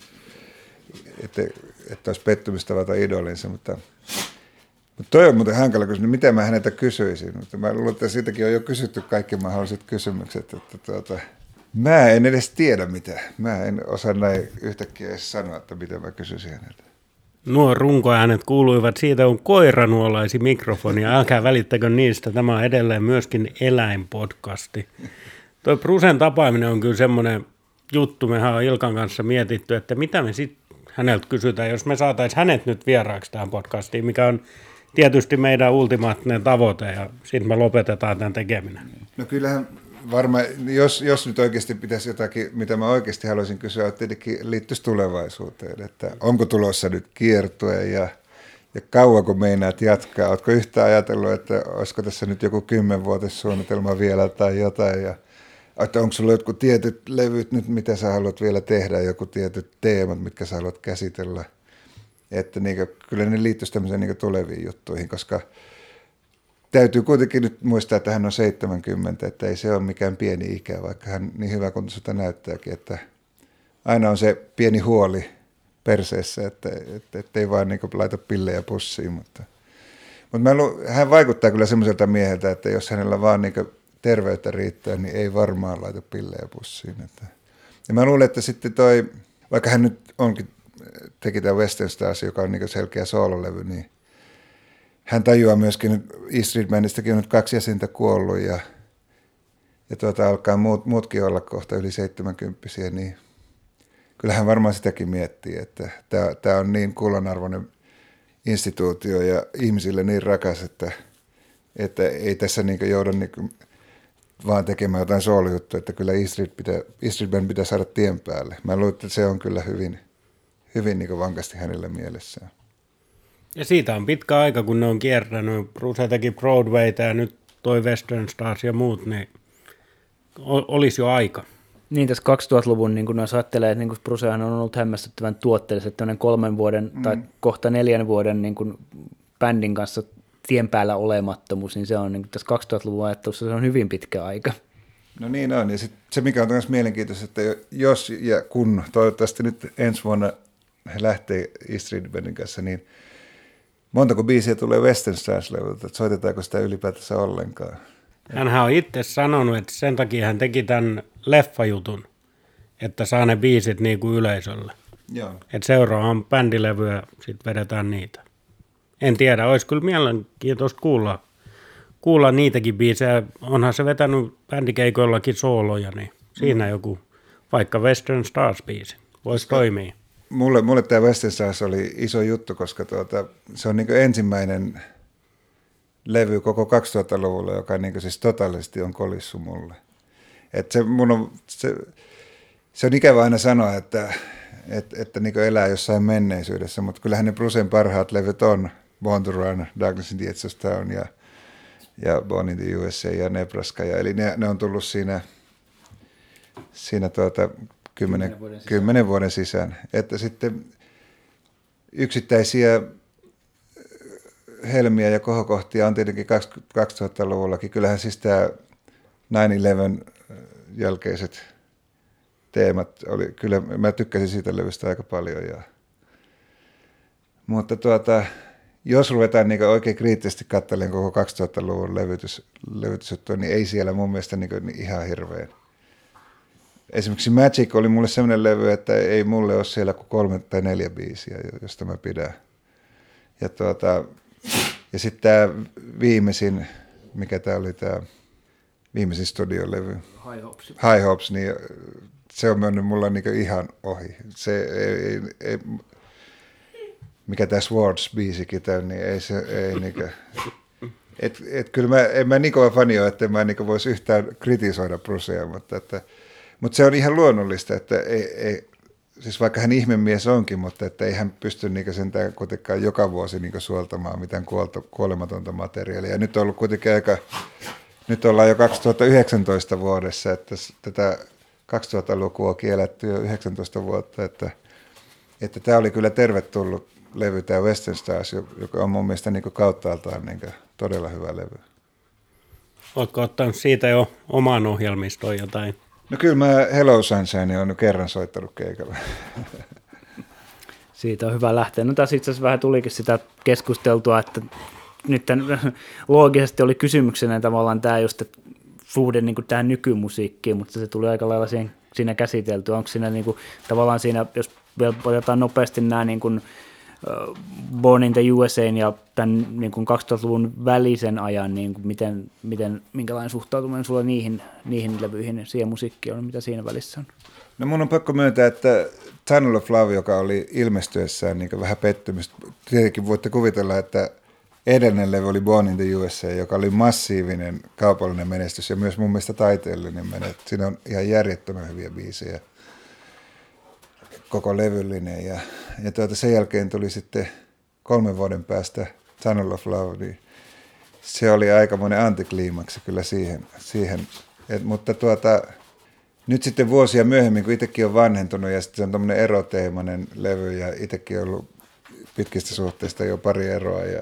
Speaker 3: että olisi pettymys tavata idolinsa, mutta toi on muuten hankala kysymys, mitä mä häneltä kysyisin, mutta mä luulen, että siitäkin on jo kysytty kaikki mahdolliset kysymykset, että mä en edes tiedä mitä. Mä en osaa näin yhtäkkiä edes sanoa, että mitä mä kysyisin häneltä.
Speaker 2: Nuo runkoäänet kuuluivat siitä, on koira nuolaisi mikrofonia. Älkää välittäkö niistä. Tämä on edelleen myöskin eläinpodcasti. Tuo Brucen tapaaminen on kyllä semmoinen juttu. Mehän on Ilkan kanssa mietitty, että mitä me sitten häneltä kysytään, jos me saataisiin hänet nyt vieraaksi tähän podcastiin, mikä on tietysti meidän ultimaattinen tavoite ja sitten me lopetetaan tämän tekeminen.
Speaker 3: No kyllähän varmaan, jos nyt oikeasti pitäisi jotakin, mitä mä oikeasti haluaisin kysyä, että tietenkin liittyisi tulevaisuuteen, että onko tulossa nyt kiertue ja kauanko meinaat jatkaa? Oletko yhtään ajatellut, että olisiko tässä nyt joku 10-vuotissuunnitelma vielä tai jotain ja että onko sulla jotkut tietyt levyt nyt, mitä sä haluat vielä tehdä, joku tietyt teemat, mitkä sä haluat käsitellä, että kyllä ne liittyisi tämmöiseen tuleviin juttuihin, koska täytyy kuitenkin nyt muistaa, että hän on 70, että ei se ole mikään pieni ikä, vaikka hän niin hyvä kuin sitä näyttääkin, että aina on se pieni huoli perseessä, että ei vaan laita pillejä pussiin, mutta hän vaikuttaa kyllä semmoiselta mieheltä, että jos hänellä vaan terveyttä riittää, niin ei varmaan laita pillejä pussiin. Ja mä luulen, että sitten vaikka hän nyt teki tämä Western Stars, joka on selkeä soololevy, niin hän tajuaa myöskin, että E Street Bandistakin on nyt 2 jäsentä kuollut ja alkaa muutkin olla kohta yli 70, niin kyllähän varmaan sitäkin miettii, että tämä on niin kullanarvoinen instituutio ja ihmisille niin rakas, että ei tässä jouda vaan tekemään jotain soolojuttua, että kyllä E Street Band pitää saada tien päälle. Mä luulen, että se on kyllä hyvin vankasti hänellä mielessään.
Speaker 2: Ja siitä on pitkä aika, kun ne on kiertänyt. Bruce teki Broadwayta ja nyt toi Western Stars ja muut, niin olisi jo aika.
Speaker 4: Niin tässä 2000-luvun, niin kun jos ajattelee, että niin Brucehan on ollut hämmästyttävän tuotteellisesti, että 3 vuoden tai kohta 4 vuoden niin kun bändin kanssa tien päällä olemattomuus, niin se on niin tässä 2000-luvun ajattelussa se on hyvin pitkä aika. No
Speaker 3: niin on, ja sitten se mikä on myös mielenkiintoista, että jos ja kun toivottavasti nyt ensi vuonna he lähtee E Street Bandin kanssa, niin montako biisiä tulee Western Stars-levyltä, että soitetaanko sitä ylipäätänsä ollenkaan?
Speaker 2: Hänhän on itse sanonut, että sen takia hän teki tämän leffajutun, että saa ne biisit niin kuin yleisölle.
Speaker 3: Joo.
Speaker 2: Että seuraavaan bändilevyä ja sitten vedetään niitä. En tiedä, olisi kyllä mielenkiintoista kuulla niitäkin biisejä. Onhan se vetänyt bändikeikoillakin sooloja, niin siinä joku vaikka Western Stars-biisi voisi toimia.
Speaker 3: Mulle tämä Western Stars oli iso juttu, koska se on ensimmäinen levy koko 2000-luvulla, joka siis totaalisesti on kolissu mulle. Se on ikävä aina sanoa, että elää jossain menneisyydessä, mutta kyllähän ne Brucen parhaat levyt on Born to Run, Darkness in the Edge of Town ja Born in the USA ja Nebraska. Eli ne on tullut siinä 10 vuoden sisään. Että sitten yksittäisiä helmiä ja kohokohtia on tietenkin 2000-luvullakin. Kyllähän siis tämä 9/11 jälkeiset teemat oli, kyllä mä tykkäsin siitä levystä aika paljon. Mutta jos ruvetaan oikein kriittisesti katselemaan koko 2000-luvun levytysjuttua, niin ei siellä mun mielestä ihan hirveän. Esimerkiksi Magic oli mulle sellainen levy, että ei mulle ole siellä kuin 3 tai 4 biisiä, josta mä pidän. Ja sitten tämä viimeisin, mikä tämä oli tämä viimeisin studiolevy, High Hopes, niin se on mennyt mulla ihan ohi. Se ei mikä tämä Swords-biisikin tämän, niin ei se, kyllä en mä niin kova fani ole, että mä voisi yhtään kritisoida Brucea, mutta se on ihan luonnollista, että ei, siis vaikka hän ihmemies onkin, mutta että ei hän pysty sentään kuitenkaan joka vuosi suoltamaan mitään kuolematonta materiaalia. Ja nyt on ollut kuitenkin nyt ollaan jo 2019 vuodessa, että tätä 2000-lukua on kieletty jo 19 vuotta, että tämä oli kyllä tervetullut levy, tämä Western Stars, joka on mun mielestä kauttaaltaan todella hyvä levy.
Speaker 2: Oletko ottanut siitä jo omaan ohjelmistoon jotain?
Speaker 3: No kyllä mä Hello Sunshine on kerran soittanut keikalla.
Speaker 4: Siitä on hyvä lähteä. No tässä itse asiassa vähän tulikin sitä keskusteltua, että nyt loogisesti oli kysymyksenä tavallaan tämä just, että suhde tähän nykymusiikkiin, mutta se tuli aika lailla siinä käsiteltyä. Onko siinä tavallaan siinä, jos otetaan nopeasti nämä Born in the USA:n ja tämän 2000-luvun välisen ajan, minkälainen suhtautuminen sulla niihin levyihin ja siihen musiikkiin on, mitä siinä välissä on?
Speaker 3: No mun on pakko myöntää, että Tunnel of Love, joka oli ilmestyessään vähän pettymys, tietenkin voitte kuvitella, että edellinen levy oli Born in the USA, joka oli massiivinen kaupallinen menestys ja myös mun mielestä taiteellinen menestys. Siinä on ihan järjettömän hyviä biisejä, koko levyllinen. Ja sen jälkeen tuli sitten 3 vuoden päästä Tunnel of Love, niin se oli aikamoinen antikliimaksi kyllä siihen. Mutta nyt sitten vuosia myöhemmin, kun itsekin on vanhentunut ja sitten se on tämmöinen eroteemainen levy ja itsekin on ollut pitkistä suhteista jo pari eroa ja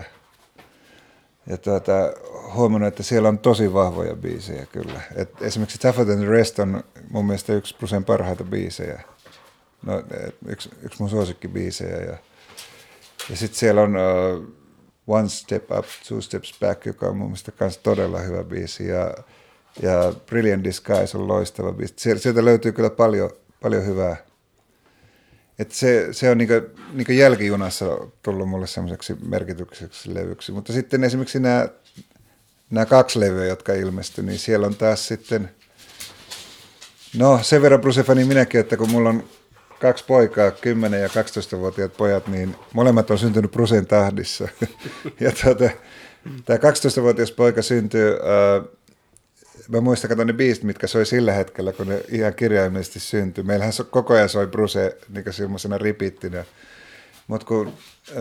Speaker 3: huomannut, että siellä on tosi vahvoja biisejä kyllä. Et esimerkiksi Tougher Than the Rest on mun mielestä yksi Brucen parhaita biisejä. No, yksi mun suosikkibiisejä. Ja sitten siellä on One Step Up, Two Steps Back, joka on mun mielestä myös todella hyvä biisi. Ja Brilliant Disguise on loistava biisi. Sieltä löytyy kyllä paljon hyvää. Että se on niinku jälkijunassa tullut mulle semmoiseksi merkitykseksi levyksi. Mutta sitten esimerkiksi nämä 2 levyä, jotka ilmestyi, niin siellä on taas sitten, no sen verran Bruce-fani minäkin, että kun mulla on 2 poikaa, 10- ja 12-vuotiaat pojat, niin molemmat on syntynyt Brucen tahdissa. Ja tämä 12-vuotias poika syntyi, mä muistan, katsoin ne biisit, mitkä soi sillä hetkellä, kun ne ihan kirjaimellisesti syntyi. Meillähän koko ajan soi Bruce niin semmoisena ripittinä. Mutta kun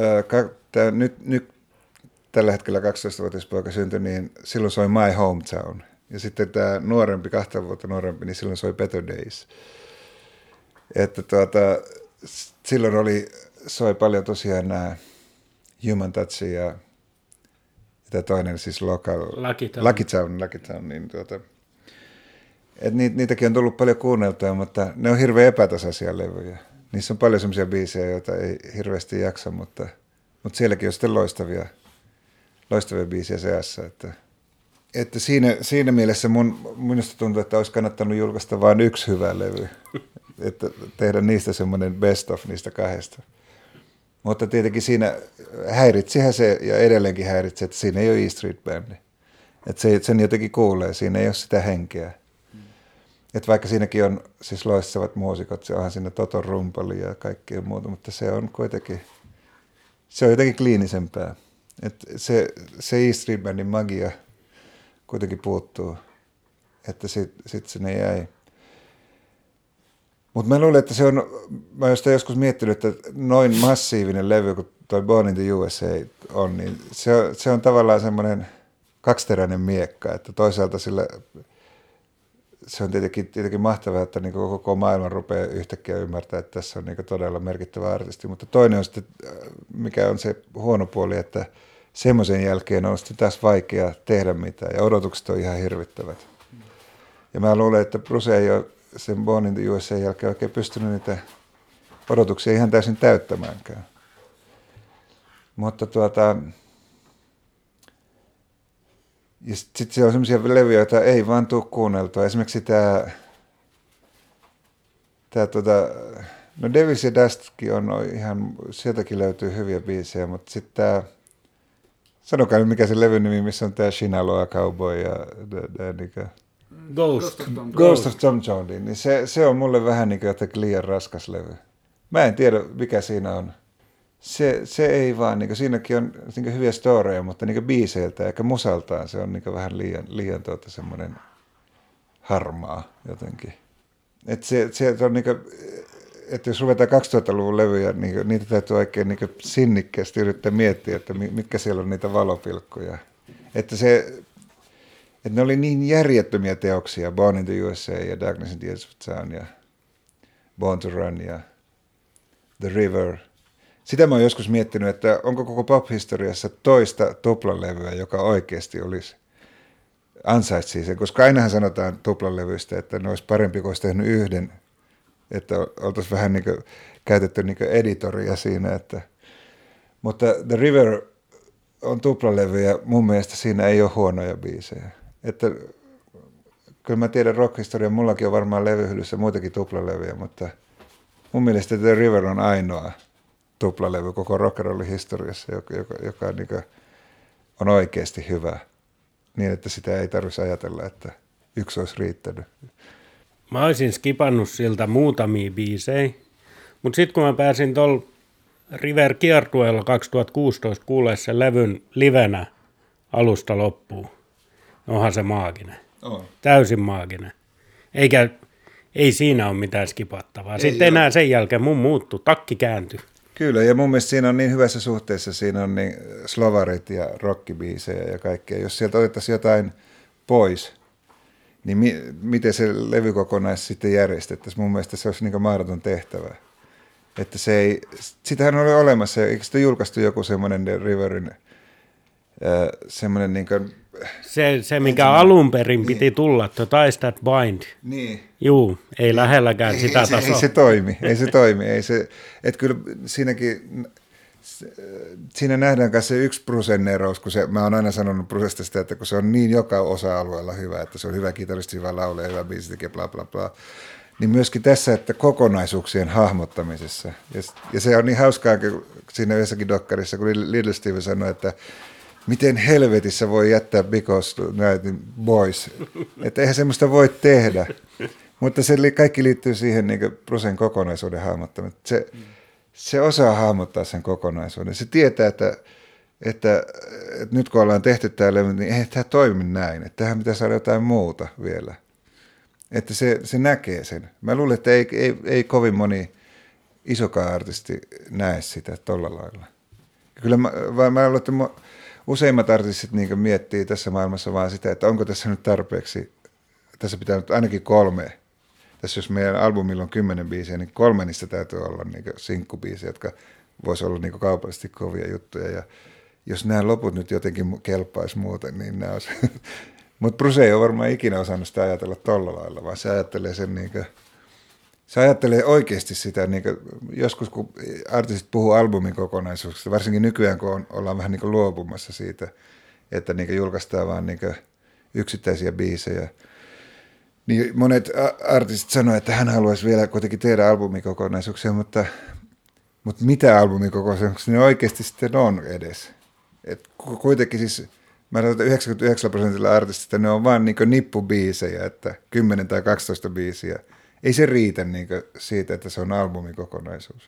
Speaker 3: nyt tällä hetkellä 12-vuotias poika syntyi, niin silloin soi My Hometown. Ja sitten tämä nuorempi, 2 vuotta nuorempi, niin silloin soi Better Days. Että silloin soi paljon tosiaan nämä Human Touch ja tämä toinen siis Lucky Town, niin että niitäkin on tullut paljon kuunneltua, mutta ne on hirveän epätasaisia levyjä. Niissä on paljon semmoisia biisejä, joita ei hirveästi jaksa, mutta sielläkin on sitten loistavia biisejä seassa. Että siinä mielessä minusta tuntuu, että olisi kannattanut julkaista vain 1 hyvä levy, että tehdä niistä semmoinen best of niistä 2. Mutta tietenkin siinä häiritsihän se, ja edelleenkin häiritsee, että siinä ei ole E Street Band. Että sen jotenkin kuulee, siinä ei ole sitä henkeä. Että vaikka siinäkin on siis loistavat muusikot, se onhan siinä Toton rumpali ja kaikkea muuta, mutta se on kuitenkin, se on jotenkin kliinisempää. Että se E Street Bandin magia kuitenkin puuttuu, että sit sinne jäi. Mutta mä luulen, että mä oon sitä joskus miettinyt, että noin massiivinen levy, kun toi Born in the USA on, niin se on tavallaan semmoinen kaksiteräinen miekka, että toisaalta sillä se on tietenkin mahtavaa, että niin koko maailma rupeaa yhtäkkiä ymmärtää, että tässä on niin todella merkittävä artisti, mutta toinen on sitten, mikä on se huono puoli, että semmoisen jälkeen on sitten taas vaikea tehdä mitään ja odotukset on ihan hirvittävät. Ja mä luulen, että Bruce ei ole sen Born in the USA jälkeen oikein pystynyt niitä odotuksia ihan täysin täyttämäänkään. Mutta ja sitten se on semmoisia levyjä, joita ei vaan tule kuunneltua. Esimerkiksi no Davis ja Dustkin on ihan, sieltäkin löytyy hyviä biisejä, mutta sitten tämä, sanokaa nyt mikä se levyn nimi, missä on tämä Shinaloa Cowboy ja Ghost of Tom Jones, niin se on mulle vähän niin kuin jotenkin liian raskas levy. Mä en tiedä, mikä siinä on. Se ei vaan, niin siinäkin on niin hyviä storeja, mutta niin biiseiltä eikä musaltaan se on niin vähän liian semmoinen harmaa jotenkin. Että se on niin kuin, että jos ruvetaan 2000-luvun levyjä, niin niitä täytyy oikein niin sinnikkäästi yrittää miettiä, että mitkä siellä on niitä valopilkkuja. Että ne oli niin järjettömiä teoksia, Born in the USA ja Darkness in the Edge of Town ja Born to Run ja The River. Sitä mä oon joskus miettinyt, että onko koko pop-historiassa toista tuplalevyä, joka oikeasti olisi ansaitsisi sen, koska ainahan sanotaan tuplalevystä, että ne olisi parempi, kun olisi tehnyt yhden, että oltaisiin vähän niin kuin käytetty niin kuin editoria siinä, mutta The River on tuplalevy ja mun mielestä siinä ei ole huonoja biisejä. Että kyllä mä tiedän rock-historian, mullakin on varmaan levyhyllyssä muitakin tuplalevyjä, mutta mun mielestä The River on ainoa tuplalevy koko rock'n'rollin historiassa, joka niin on oikeasti hyvä, niin että sitä ei tarvitsisi ajatella, että yksi olisi riittänyt.
Speaker 2: Mä olisin skipannut siltä muutamia biisejä, mutta sitten kun mä pääsin tuolla River kiertueella 2016 kuulee sen levyn livenä alusta loppuun. Onhan se maaginen.
Speaker 3: On.
Speaker 2: Täysin maaginen. Ei siinä ole mitään skipattavaa. Sitten enää sen jälkeen mun muuttuu, takki kääntyi.
Speaker 3: Kyllä, ja mun mielestä siinä on niin hyvässä suhteessa, siinä on niin slovarit ja rockibiisejä ja kaikkea. Jos sieltä otettaisiin jotain pois, niin miten se levykokonais sitten järjestettäisiin? Mun mielestä se olisi niin mahdoton tehtävä. Että se ei, sitähän oli olemassa, eikö sitä julkaistu joku semmoinen The Riverin, semmoinen niin kuin...
Speaker 2: Se mikä alun perin piti tulla, Ties That Bind.
Speaker 3: Niin.
Speaker 2: Juu, ei lähelläkään sitä tasoa.
Speaker 3: Ei se toimi. Että kyllä siinä nähdään myös se 1% erous, kun mä oon aina sanonut Brusesta sitä, että kun se on niin joka osa-alueella hyvä, että se on hyvä kitaristi, hyvä laulaja, hyvä biisi tekee, bla bla bla, niin myöskin tässä, että kokonaisuuksien hahmottamisessa. Ja se on niin hauskaa, siinä yhdessäkin dokkarissa, kun Little Steve sanoi, että miten helvetissä voi jättää Because Night Boys. Että eihän semmoista voi tehdä. Mutta se kaikki liittyy siihen niin Brucen kokonaisuuden hahmottamiseen. Se osaa hahmottaa sen kokonaisuuden. Se tietää, että nyt kun ollaan tehty täällä, niin ei tämä toimi näin. Että tähän pitää saada jotain muuta vielä. Että se näkee sen. Mä luulen, että ei kovin moni isokaan artisti näe sitä tolla lailla. Kyllä mä luulen, että useimmat artistit niin miettii tässä maailmassa vaan sitä, että onko tässä nyt tarpeeksi, tässä pitää nyt ainakin 3. Tässä jos meidän albumilla on 10 biisiä, niin 3 niistä täytyy olla niin sinkkubiisiä, jotka voisi olla niin kaupallisesti kovia juttuja. Ja jos nämä loput nyt jotenkin kelpaisi muuten, niin nämä olisi... Mutta Bruce ei ole varmaan ikinä osannut sitä ajatella tolla lailla, vaan se ajattelee sen niin kuin... Se ajattelee oikeasti sitä, niin kuin, joskus kun artistit puhuu albumin kokonaisuuksista, varsinkin nykyään kun ollaan vähän niin kuin luopumassa siitä, että niin kuin julkaistaan vaan niin kuin yksittäisiä biisejä, niin monet artistit sanoo, että hän haluaisi vielä kuitenkin tehdä albumikokonaisuuksia, mutta mitä albumikokonaisuuksia ne oikeasti sitten on edes? Et kuitenkin siis, mä sanon, että 99% artistista ne on vaan niin kuin nippubiisejä, että 10 tai 12 biisiä. Ei se riitä niin siitä, että se on albumikokonaisuus.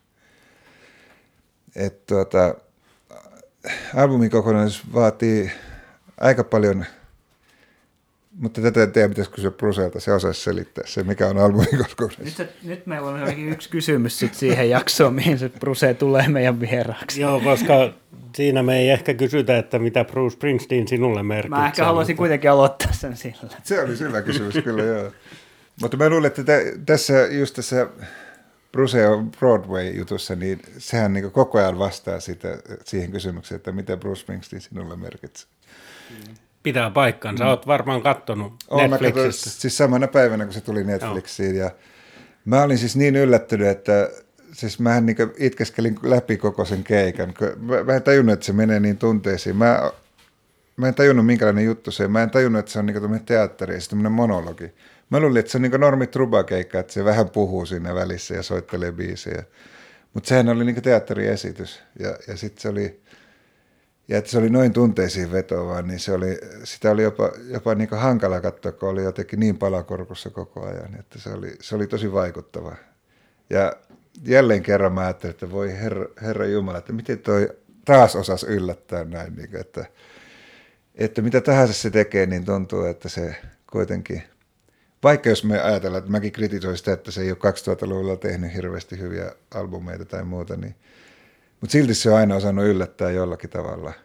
Speaker 3: Albumikokonaisuus vaatii aika paljon, mutta tätä teidän pitäisi kysyä Brucelta, se osaisi selittää se, mikä on albumikokonaisuus.
Speaker 4: Nyt meillä on jotenkin yksi kysymys sit siihen jaksoon, mihin se Bruce tulee meidän vieraaksi.
Speaker 2: Joo, koska siinä me ei ehkä kysytä, että mitä Bruce Springsteen sinulle merkitsee.
Speaker 4: Mä ehkä haluaisin kuitenkin aloittaa sen sillä.
Speaker 3: Se oli hyvä kysymys, kyllä joo. Mutta mä luulen, että tässä Bruce on Broadway-jutussa, niin sehän niin koko ajan vastaa siihen kysymykseen, että mitä Bruce Springsteen sinulle merkitsee.
Speaker 2: Pitää paikkansa. Olet varmaan katsonut Netflixistä.
Speaker 3: Siis samana päivänä, kun se tuli Netflixiin. Ja mä olin siis niin yllättynyt, että siis mähän niin itkeskelin läpi koko sen keikan. Mä en tajunnut, että se menee niin tunteisiin. Mä en tajunnut, minkälainen juttu se on. Mä en tajunnut, että se on niin teatteri ja se tämmöinen monologi. Mä luulin, että se on niin normi trubakeikka, että se vähän puhuu siinä välissä ja soittelee biisejä. Mutta sehän oli niin teatteriesitys. Ja sitten se oli, ja että se oli noin tunteisiin vetoavaa, niin sitä oli jopa niin hankala katsoa, kun oli jotenkin niin palakorkussa koko ajan. Että se oli tosi vaikuttava. Ja jälleen kerran mä ajattelin, että voi herra Jumala, että miten toi taas osasi yllättää näin. Niin että mitä tahansa se tekee, niin tuntuu, että se kuitenkin... Vaikka jos me ajatellaan, että mäkin kritisoin sitä, että se ei ole 2000-luvulla tehnyt hirveästi hyviä albumeita tai muuta, niin, mutta silti se on aina osannut yllättää jollakin tavalla.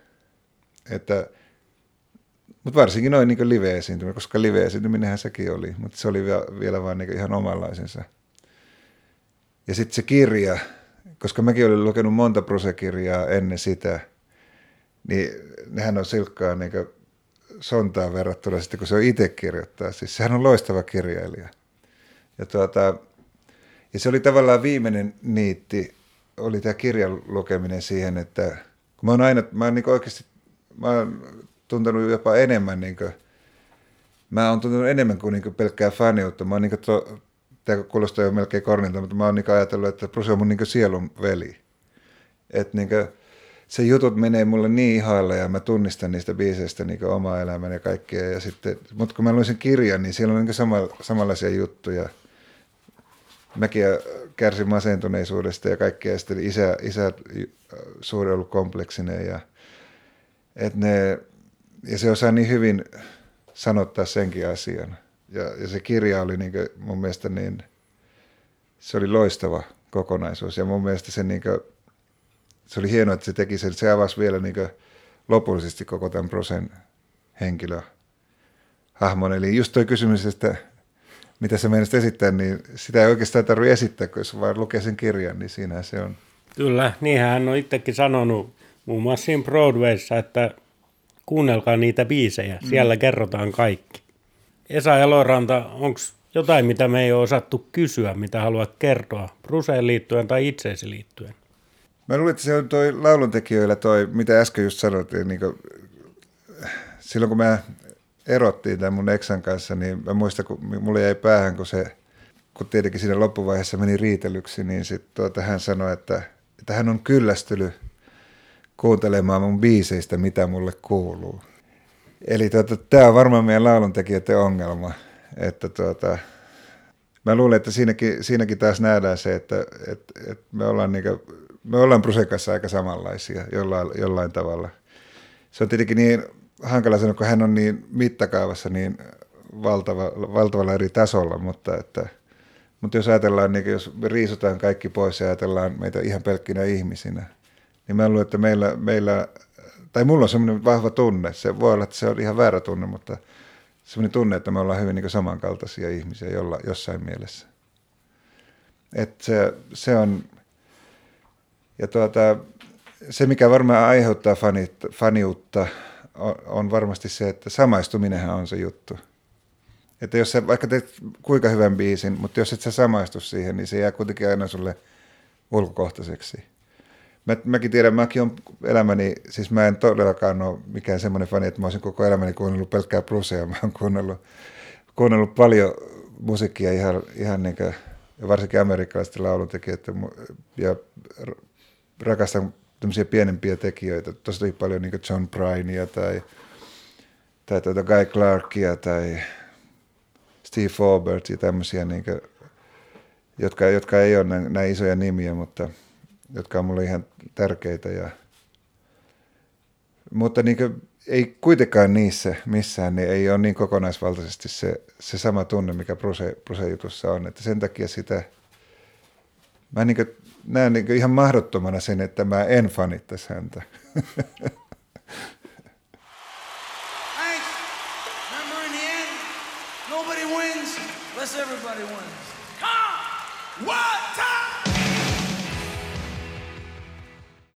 Speaker 3: Mutta varsinkin noin niin live-esiintyminen, koska live-esiintyminenhän sekin oli, mutta se oli vielä vaan niin ihan omanlaisensa. Ja sitten se kirja, koska mäkin olin lukenut monta Bruce-kirjaa ennen sitä, niin nehän on silkkaa niin sontaan verrattuna sitten, kun se on itse kirjoittaa. Siis sehän on loistava kirjailija. Ja se oli tavallaan viimeinen niitti, oli tämä kirjan lukeminen siihen, että kun mä oon niin oikeasti, mä oon tuntenut jopa enemmän, mä oon tuntenut enemmän kuin pelkkää faniutta. Mä oon tämä kuulostaa jo melkein kornilta, mutta mä oon ajatellut, että Bruce on mun sielun veli. Että se jutut menee mulle niin ihailla ja mä tunnistan niistä biiseistä omaa elämän ja kaikkea. Ja sitten, mutta kun mä luin sen kirjan, niin siellä on samanlaisia juttuja. mäkin kärsin masentuneisuudesta ja kaikkea. Ja sitten isä suuri ollut kompleksinen ja se osaa niin hyvin sanottaa senkin asian. Ja se kirja oli niin kuin, mun mielestä niin, se oli loistava kokonaisuus ja mun mielestä se oli hienoa, että se teki sen. Se avasi vielä niin kuin lopullisesti koko tämän Prosen henkilöhahmon. Eli just toi kysymys, että mitä sä meinasit esittää, niin sitä ei oikeastaan tarvitse esittää, kun jos vaan lukee sen kirjan, niin siinähän se on.
Speaker 2: Kyllä, niinhän hän on itsekin sanonut muun muassa siinä Broadwayssa, että kuunnelkaa niitä biisejä, siellä kerrotaan kaikki. Esa Eloranta, onko jotain, mitä me ei ole osattu kysyä, mitä haluat kertoa Bruseen liittyen tai itseesi liittyen?
Speaker 3: Mä luulen, että se on toi lauluntekijöillä mitä äsken just sanottiin, niin silloin kun mä erottiin tämän mun eksän kanssa, niin mä muistan, kun mulle jäi päähän, kun tietenkin siinä loppuvaiheessa meni riitelyksi, niin sitten hän sanoi, että hän on kyllästynyt kuuntelemaan mun biiseistä, mitä mulle kuuluu. Eli tämä on varmaan meidän lauluntekijöiden ongelma, että mä luulen, että siinäkin taas nähdään se, että me ollaan Brusen kanssa aika samanlaisia jollain tavalla. Se on tietenkin niin hankala sanoa, kun hän on niin mittakaavassa niin valtavalla eri tasolla, mutta jos ajatellaan, niin jos me riisutaan kaikki pois ja ajatellaan meitä ihan pelkkinä ihmisinä, niin mä luulen, että meillä tai mulla on semmoinen vahva tunne, se voi olla, että se on ihan väärä tunne, mutta semmoinen tunne, että me ollaan hyvin niin kuin samankaltaisia ihmisiä jossain mielessä. Että se on, ja se mikä varmaan aiheuttaa faniutta, on varmasti se, että samaistuminenhan on se juttu. Että jos sä vaikka teet kuinka hyvän biisin, mutta jos et sä samaistu siihen, niin se jää kuitenkin aina sulle ulkokohtaiseksi. Mäkin tiedän, mäkin on elämäni, siis mä en todellakaan ole mikään semmoinen fani, että mä olisin koko elämäni kuunnellut pelkkää Brusea. Mä oon kuunnellut paljon musiikkia ihan niin kuin, varsinkin amerikkalaisten lauluntekijöitä ja rakastan tämmöisiä pienempiä tekijöitä, tosi paljon niin kuin John Prynea tai Guy Clarkia tai Steve Forbert ja tämmöisiä, niin kuin, jotka ei ole näin isoja nimiä, mutta jotka on mulle ihan tärkeitä. Mutta niin kuin, ei kuitenkaan niissä missään, niin ei ole niin kokonaisvaltaisesti se sama tunne, mikä Bruse-jutussa on. Että sen takia sitä, mä niin kuin, näen niin kuin ihan mahdottomana sen, että mä en fanittaisi häntä.
Speaker 1: Thanks. Remember in the end, nobody wins unless everybody wins. Come on! What time?